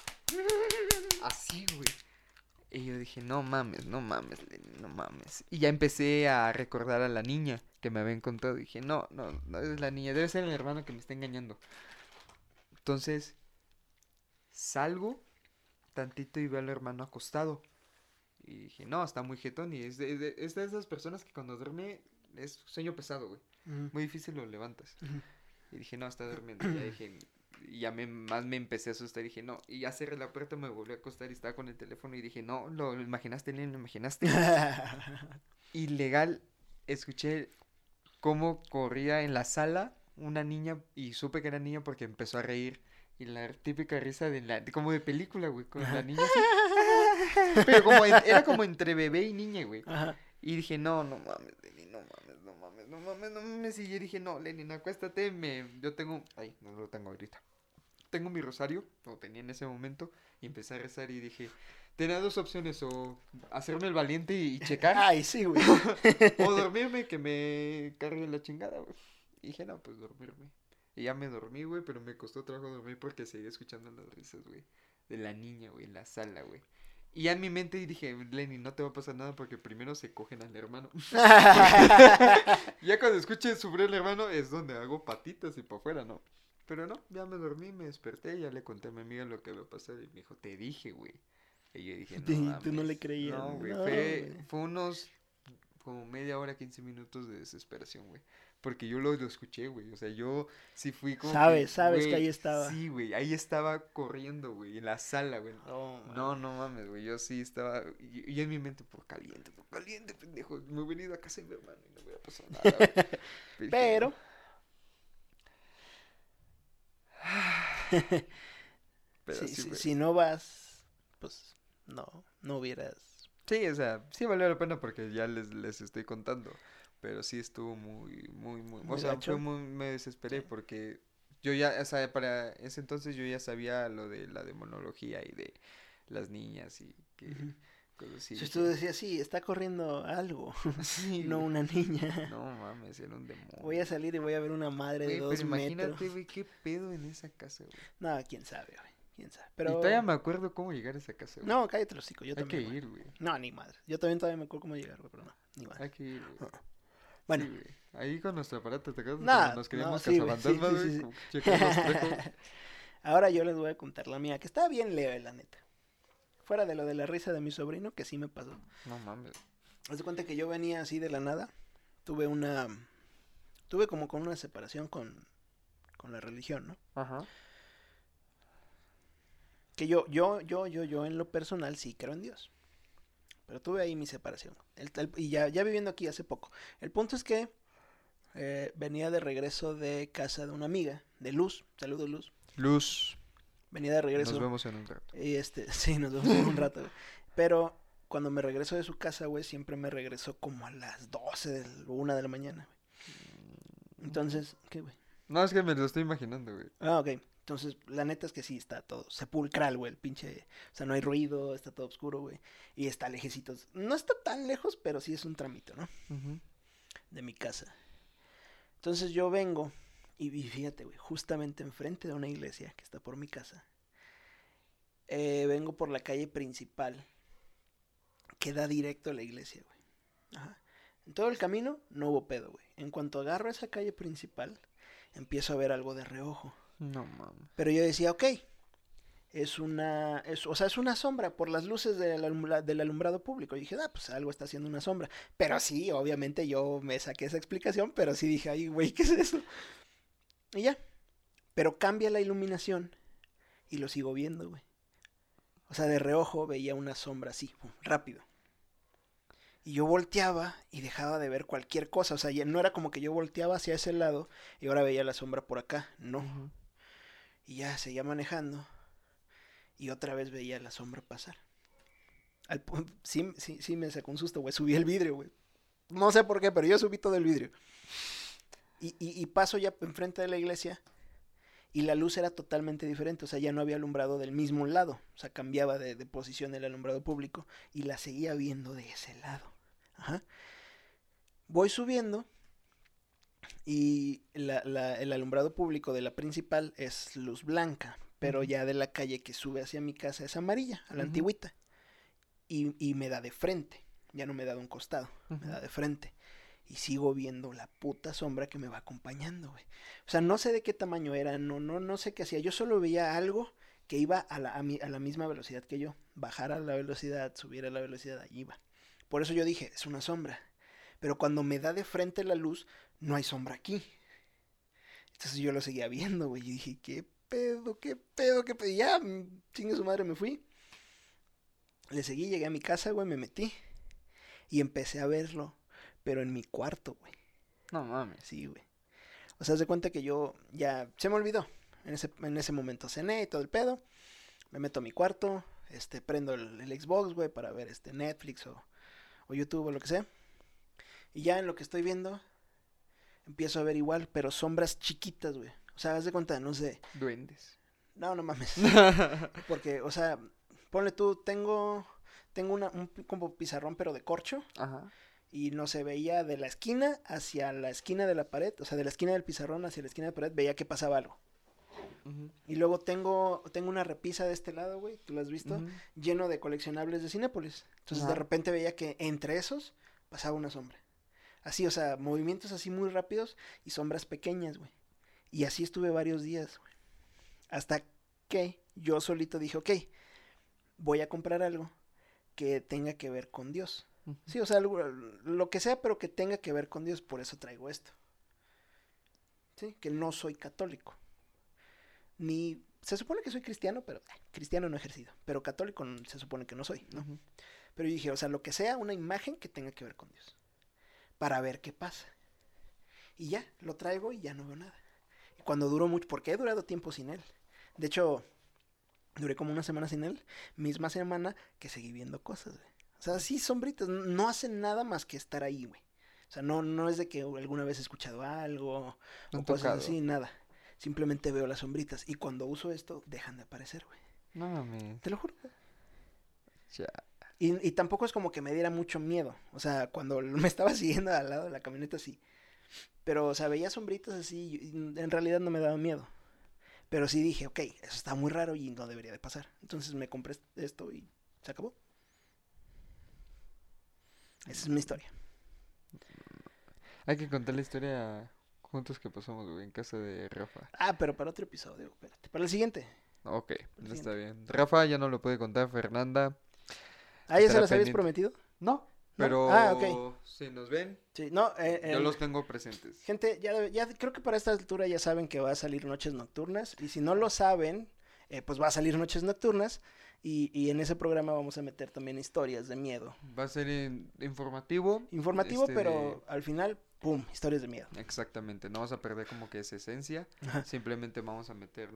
Así, güey. Y yo dije, no mames, Lenny, no mames. Y ya empecé a recordar a la niña que me habían contado. Dije, no es la niña, debe ser el hermano que me está engañando. Entonces, salgo tantito y veo al hermano acostado. Y dije, no, está muy jetón. Y es de esas personas que cuando duerme es sueño pesado, güey. Ujú. Muy difícil lo levantas. Ujú. Y dije, no, está durmiendo. Ya dije, y ya más me empecé a asustar. Y dije, no. Y ya cerré la puerta, me volví a acostar y estaba con el teléfono. Y dije, no, lo imaginaste, Lenny, lo imaginaste. Y legal, escuché cómo corría en la sala una niña. Y supe que era niña porque empezó a reír. Y la típica risa como de película, güey. Con la niña así. Pero era como entre bebé y niña, güey. Ajá. Y dije, no mames, Lenny, no mames. Y yo dije, no, Lenny, acuéstate, yo tengo, no lo tengo ahorita. Tengo mi rosario, lo tenía en ese momento, y empecé a rezar y dije, tenía 2 opciones, o hacerme el valiente y checar, Ay, sí, güey. o dormirme que me cargue la chingada, güey. Y dije, no, pues dormirme. Y ya me dormí, güey, pero me costó trabajo dormir porque seguía escuchando las risas, güey. De la niña, güey, en la sala, güey. Y ya en mi mente dije, Lenny, no te va a pasar nada porque primero se cogen al hermano. Ya cuando escuché sufrir al hermano es donde hago patitas y para afuera, ¿no? Pero no, ya me dormí, me desperté, ya le conté a mi amiga lo que había pasado y me dijo, te dije, güey. Y yo dije, no Y tú no le mames. creías. No, güey, No, fue güey. unos como media hora, 15 minutos de desesperación, güey. Porque yo lo escuché, güey. O sea, yo sí fui como que, Sabes que ahí güey, estaba. sí, güey. Ahí estaba corriendo, güey, en la sala, güey. Oh, No, no mames, güey. Yo sí estaba. Y en mi mente, por caliente, pendejo. Me he venido a casa de mi hermano y no me va a pasar nada, güey. Dije, pero, pero sí, güey. si no vas, pues no hubieras. Sí, o sea, sí valió la pena porque ya les estoy contando. Pero sí estuvo muy. O Muy sea, gacho. me desesperé Sí. porque yo ya, o sea, para ese entonces yo ya sabía lo de la demonología y de las niñas y que Ujú. cosas así. Si tú Dije, decías, sí, está corriendo algo, sí, no güey. una niña. No mames, era un Voy demonio. a salir y voy a ver una madre de Güey, pero 2 metros. imagínate, güey, qué pedo en esa casa, güey. No, quién sabe, güey. Quién sabe. Y todavía Pero. me acuerdo cómo llegar a esa casa, güey. No, cállate los hocico, yo Hay que también, güey. ir, güey. No, ni madre. Yo también todavía me acuerdo cómo llegar, güey, pero no, ni madre. Hay que ir, güey. Bueno, Sí, güey. Ahí con nuestro aparato, ¿te acuerdas? Cuando nada, nos no, queríamos sí, güey, sí, cazafantasmas, sí, güey, sí, como sí. checar los trejos. Ahora yo les voy a contar la mía, que está bien leve, la neta. Fuera de lo de la risa de mi sobrino, que sí me pasó. No mames. Haz de cuenta que yo venía así de la nada. Tuve como con una separación con la religión, ¿no? Ajá. Que yo en lo personal sí creo en Dios. Pero tuve ahí mi separación. Y ya viviendo aquí hace poco. El punto es que venía de regreso de casa de una amiga, de Luz. Saludos, Luz. Luz. Venía de regreso. Nos vemos en un rato. Y sí, nos vemos en un rato, güey. Pero cuando me regreso de su casa, güey, siempre me regreso como a las 12 o 1 de la mañana, güey. Entonces, ¿qué, güey? No, es que me lo estoy imaginando, güey. Ah, ok. Entonces, la neta es que sí, está todo sepulcral, güey, el pinche. O sea, no hay ruido, está todo oscuro, güey. Y está lejecitos. No está tan lejos, pero sí es un tramito, ¿no? Ujú. De mi casa. Entonces yo vengo y fíjate, güey, justamente enfrente de una iglesia que está por mi casa. Vengo por la calle principal que da directo a la iglesia, güey. Ajá. En todo el camino no hubo pedo, güey. En cuanto agarro esa calle principal, empiezo a ver algo de reojo. No mames. Pero yo decía, ok, es una sombra por las luces del alumbrado público. Y dije, pues algo está haciendo una sombra. Pero sí, obviamente yo me saqué esa explicación, pero sí dije, ay, güey, ¿qué es eso? Y ya. Pero cambia la iluminación y lo sigo viendo, güey. O sea, de reojo veía una sombra así, rápido. Y yo volteaba y dejaba de ver cualquier cosa. O sea, ya no era como que yo volteaba hacia ese lado y ahora veía la sombra por acá. No. Ujú. Y ya seguía manejando y otra vez veía la sombra pasar. Sí me sacó un susto, güey. Subí el vidrio, güey. No sé por qué, pero yo subí todo el vidrio. Y paso ya enfrente de la iglesia y la luz era totalmente diferente. O sea, ya no había alumbrado del mismo lado. O sea, cambiaba de posición el alumbrado público y la seguía viendo de ese lado. Ajá. Voy subiendo y el alumbrado público de la principal es luz blanca, pero Ujú. ya de la calle que sube hacia mi casa es amarilla, a la Ujú. antigüita. Y me da de frente, ya no me da de un costado, me da Ujú. de frente. Y sigo viendo la puta sombra que me va acompañando, güey. O sea, no sé de qué tamaño era, no sé qué hacía. Yo solo veía algo que iba a la misma velocidad que yo. Bajara la velocidad, subiera la velocidad, allí iba. Por eso yo dije, es una sombra. Pero cuando me da de frente la luz, no hay sombra aquí. Entonces yo lo seguía viendo, güey. Y dije, ¿qué pedo, qué pedo, qué pedo? Y ya, chingue su madre, me fui. Le seguí, llegué a mi casa, güey, me metí. Y empecé a verlo. Pero en mi cuarto, güey. No mames. Sí, güey. O sea, haz de cuenta que yo ya se me olvidó. En ese momento cené y todo el pedo. Me meto a mi cuarto. Prendo el Xbox, güey, para ver Netflix o YouTube o lo que sea. Y ya en lo que estoy viendo, empiezo a ver igual, pero sombras chiquitas, güey. O sea, haz de cuenta, no sé. Duendes. No mames. Porque, o sea, ponle tú, tengo un como pizarrón, pero de corcho. Ajá. y no se veía de la esquina hacia la esquina de la pared, o sea, de la esquina del pizarrón hacia la esquina de la pared, veía que pasaba algo. Ujú, Y luego tengo una repisa de este lado, güey, ¿tú lo has visto? ujú. Lleno de coleccionables de Cinépolis. Entonces de Ajá. repente veía que entre esos pasaba una sombra. Así, o sea, movimientos así muy rápidos y sombras pequeñas, güey. Y así estuve varios días, güey. Hasta que yo solito dije, ok, voy a comprar algo que tenga que ver con Dios. Ujú. Sí, o sea, lo que sea, pero que tenga que ver con Dios, por eso traigo esto. Sí, que no soy católico. Ni se supone que soy cristiano, pero cristiano no ejercido. Pero católico se supone que no soy, ¿no? Ujú. Pero yo dije, o sea, lo que sea, una imagen que tenga que ver con Dios. Para ver qué pasa. Y ya, lo traigo y ya no veo nada. Y cuando duró mucho, porque he durado tiempo sin él. De hecho, duré como una semana sin él. Misma semana que seguí viendo cosas, güey. O sea, sí, sombritas. No hacen nada más que estar ahí, güey. O sea, no es de que alguna vez he escuchado algo No o han cosas tocado. así, nada. Simplemente veo las sombritas. Y cuando uso esto, dejan de aparecer, güey. No mames. Te lo juro. Ya. Y tampoco es como que me diera mucho miedo. O sea, cuando me estaba siguiendo al lado de la camioneta, sí. Pero, o sea, veía sombritas así y en realidad no me daba miedo. Pero sí dije, ok, eso está muy raro y no debería de pasar. Entonces me compré esto y se acabó. Esa es mi historia. Hay que contar la historia juntos que pasamos, güey, en casa de Rafa. Ah, pero para otro episodio, espérate. Para el siguiente. Ok, Para el está siguiente. bien. Rafa ya no lo puede contar, Fernanda Ah, ¿ya se estará las habías pendiente. prometido? No, ¿No? Ah, ok. pero si nos ven, Sí, no, yo los tengo presentes. gente, ya creo que para esta altura ya saben que va a salir Noches Nocturnas. Y si no lo saben, pues va a salir Noches Nocturnas. Y en ese programa vamos a meter también historias de miedo. Va a ser informativo. Informativo, pero al final, ¡pum! Historias de miedo. Exactamente, no vamos a perder como que esa esencia. Ajá. Simplemente vamos a meter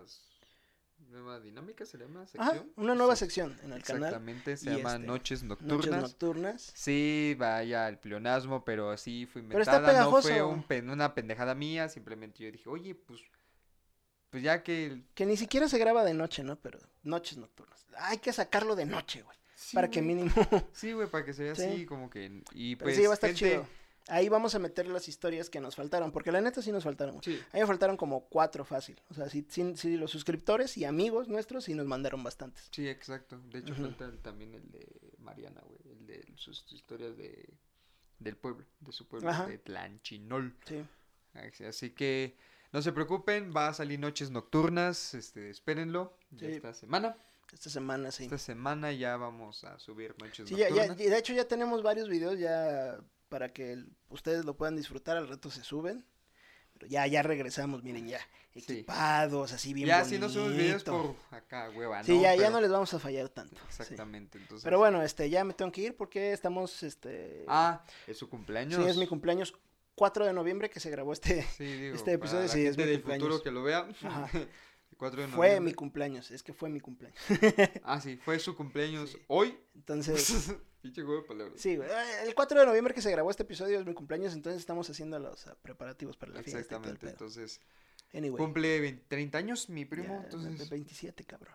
nueva dinámica, se llama Ajá, sección. una nueva Sí, sección en el canal. exactamente, se Y llama Noches Noches Nocturnas. Nocturnas. Sí, vaya el pleonasmo, pero así fue Pero está inventada, no fue pegajoso. una pendejada mía, simplemente yo dije, oye, pues ya que... Que ni siquiera se graba de noche, ¿no? Pero Noches Nocturnas. Hay que sacarlo de noche, güey. Sí, Para que güey. mínimo. Sí, güey, para que se vea Sí. así, como que... Y Pero pues, sí, va a estar gente... chido. Ahí vamos a meter las historias que nos faltaron. Porque la neta sí nos faltaron. Sí, A mí me faltaron como 4 fácil. O sea, sí, los suscriptores y amigos nuestros sí nos mandaron bastantes. sí, exacto. De hecho, Ujú. falta también el de Mariana, güey, el de sus historias del pueblo, de su pueblo, Ajá. de Tlanchinol. Sí. Así que no se preocupen, va a salir Noches Nocturnas, espérenlo, ya Sí. esta semana. Esta semana sí. Esta semana ya vamos a subir Noches Sí, Nocturnas. de hecho ya tenemos varios videos ya para que ustedes lo puedan disfrutar. Al rato se suben. Pero ya regresamos, miren, ya Sí. equipados, así bien Ya bonito. si no subimos videos por acá, hueva, Sí, ¿no? ya Pero- no les vamos a fallar tanto. Sí. Exactamente, entonces... Pero bueno, ya me tengo que ir porque estamos, Ah, es su cumpleaños. sí, es mi cumpleaños 4 de noviembre que se grabó Sí, digo, este episodio, para la sí, es gente mi del cumpleaños. futuro que lo vea. Ajá. El 4 de Fue noviembre. mi cumpleaños, es que fue mi cumpleaños. Ah, sí, fue su cumpleaños Sí. hoy. Entonces, Pinche juego de palabras. sí, güey, el 4 de noviembre que se grabó este episodio es mi cumpleaños, entonces estamos haciendo los preparativos para la fiesta. Exactamente, Y todo el pedo. entonces Anyway, cumple 30 años mi primo, ya, entonces 27, cabrón.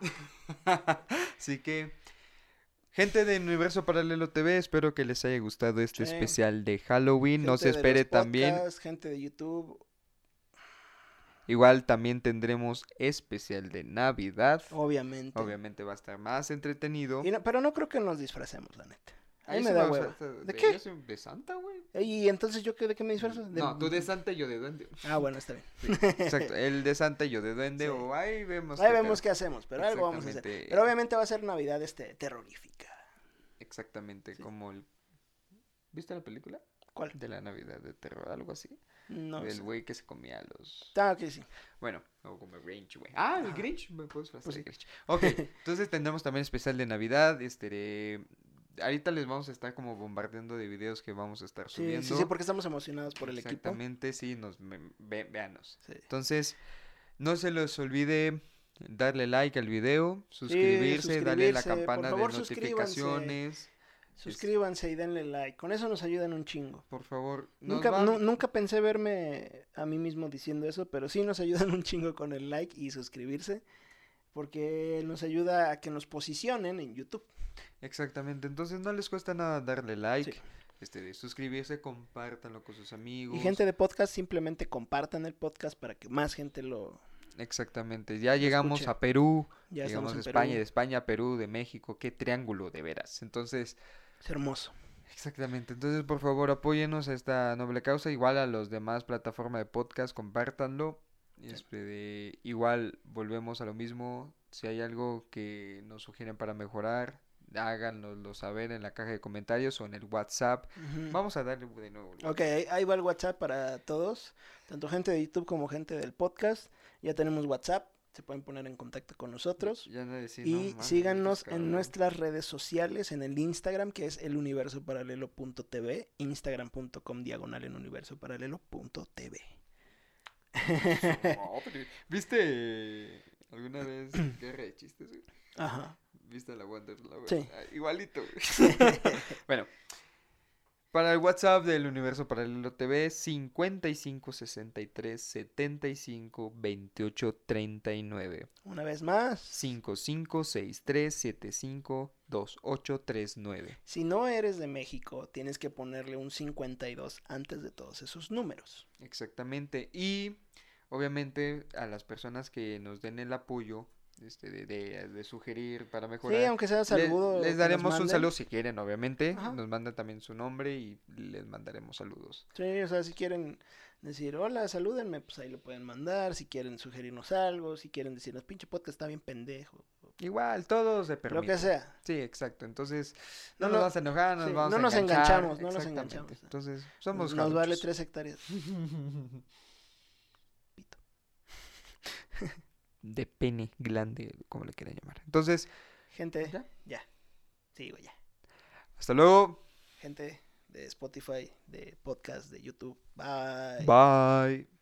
así que gente de Universo Paralelo TV, espero que les haya gustado este Sí. especial de Halloween, no Gente se de los espere también, podcasts, gente de YouTube, igual también tendremos especial de Navidad, obviamente. obviamente va a estar más entretenido. Pero no creo que nos disfracemos, la neta. A mí Ahí me se da va a hueva. usar- ¿De qué? yo soy de Santa, güey. ¿Y entonces yo de qué me disfrazo? No, tú de Santa y yo de duende. Ah, bueno, está bien. Sí, exacto, el de Santa y yo de duende, Sí. o ahí vemos. Ahí qué vemos pedo. qué hacemos, pero algo vamos a hacer. Exactamente. Pero obviamente va a ser Navidad terrorífica. Exactamente, Sí. como el... ¿Viste la película? ¿Cuál? De la Navidad de terror, algo así. No Del sé. güey que se comía los... Ah, ok, sí. Bueno, o como el Grinch, güey. Ah, el Ajá. Grinch. Me puedo disfrazar Pues de sí. Grinch. Ok, entonces tendremos también especial de Navidad. Ahorita les vamos a estar como bombardeando de videos que vamos a estar Sí, subiendo. sí, sí, porque estamos emocionados por el equipo. Exactamente, sí, véanos. Sí. Entonces, no se les olvide darle like al video, suscribirse, darle a la suscribirse, por campana de favor, notificaciones. Suscríbanse y denle like. Con eso nos ayudan un chingo. Por favor, nos Nunca, va- nunca pensé verme a mí mismo diciendo eso, pero sí nos ayudan un chingo con el like y suscribirse, porque nos ayuda a que nos posicionen en YouTube. Exactamente, entonces no les cuesta nada darle like. Sí. de suscribirse, compártanlo con sus amigos. Y gente de podcast, simplemente compartan el podcast para que más gente lo... Exactamente, ya llegamos escuche. a Perú, Ya llegamos estamos a en España, Perú. de España a Perú, de México, qué triángulo de veras. Entonces, Es hermoso. exactamente, entonces por favor apóyenos a esta noble causa, igual a los demás plataformas de podcast, compártanlo. Igual volvemos a lo mismo, si hay algo que nos sugieren para mejorar, háganoslo saber en la caja de comentarios o en el WhatsApp. Ujú. Vamos a darle de nuevo. Ok, ahí va el WhatsApp para todos, tanto gente de YouTube como gente del podcast. Ya tenemos WhatsApp, se pueden poner en contacto con nosotros. Ya no decir, Y no mames, síganos estos en cabrones. nuestras redes sociales, en el Instagram, que es eluniversoparalelo.tv, instagram.com/eluniversoparalelo.tv. Madre. ¿Viste alguna vez Guerra de Chistes, güey? Ajá. ¿Viste la Wonderlove? Sí. Igualito, güey. Bueno, para el WhatsApp del Universo Paralelo TV, 55 63 75 28 39. Una vez más, 55 63 75 28 39. si no eres de México, tienes que ponerle un 52 antes de todos esos números. Exactamente. Y obviamente a las personas que nos den el apoyo de sugerir para Sí, mejorar, aunque sea saludo. les que nos daremos un manden. saludo si quieren, obviamente. Ajá. Nos mandan también su nombre y les mandaremos saludos. Sí, o sea, si quieren decir hola, salúdenme, pues ahí lo pueden mandar. Si quieren sugerirnos algo, si quieren decirnos pinche podcast está bien pendejo. Igual, todo se Lo permite. que sea. Sí, exacto. Entonces, no No, nos no, vamos a enojar, nos sí, vamos no a nos enganchar. enganchamos, no nos Exactamente. enganchamos. Entonces, somos Nos vale jarochos. 3 hectáreas. Pito. De pene, glande, como le quieran llamar. Entonces, Gente, ¿ya? ya. Sigo ya. Hasta luego. Gente de Spotify, de podcast, de YouTube. Bye. Bye.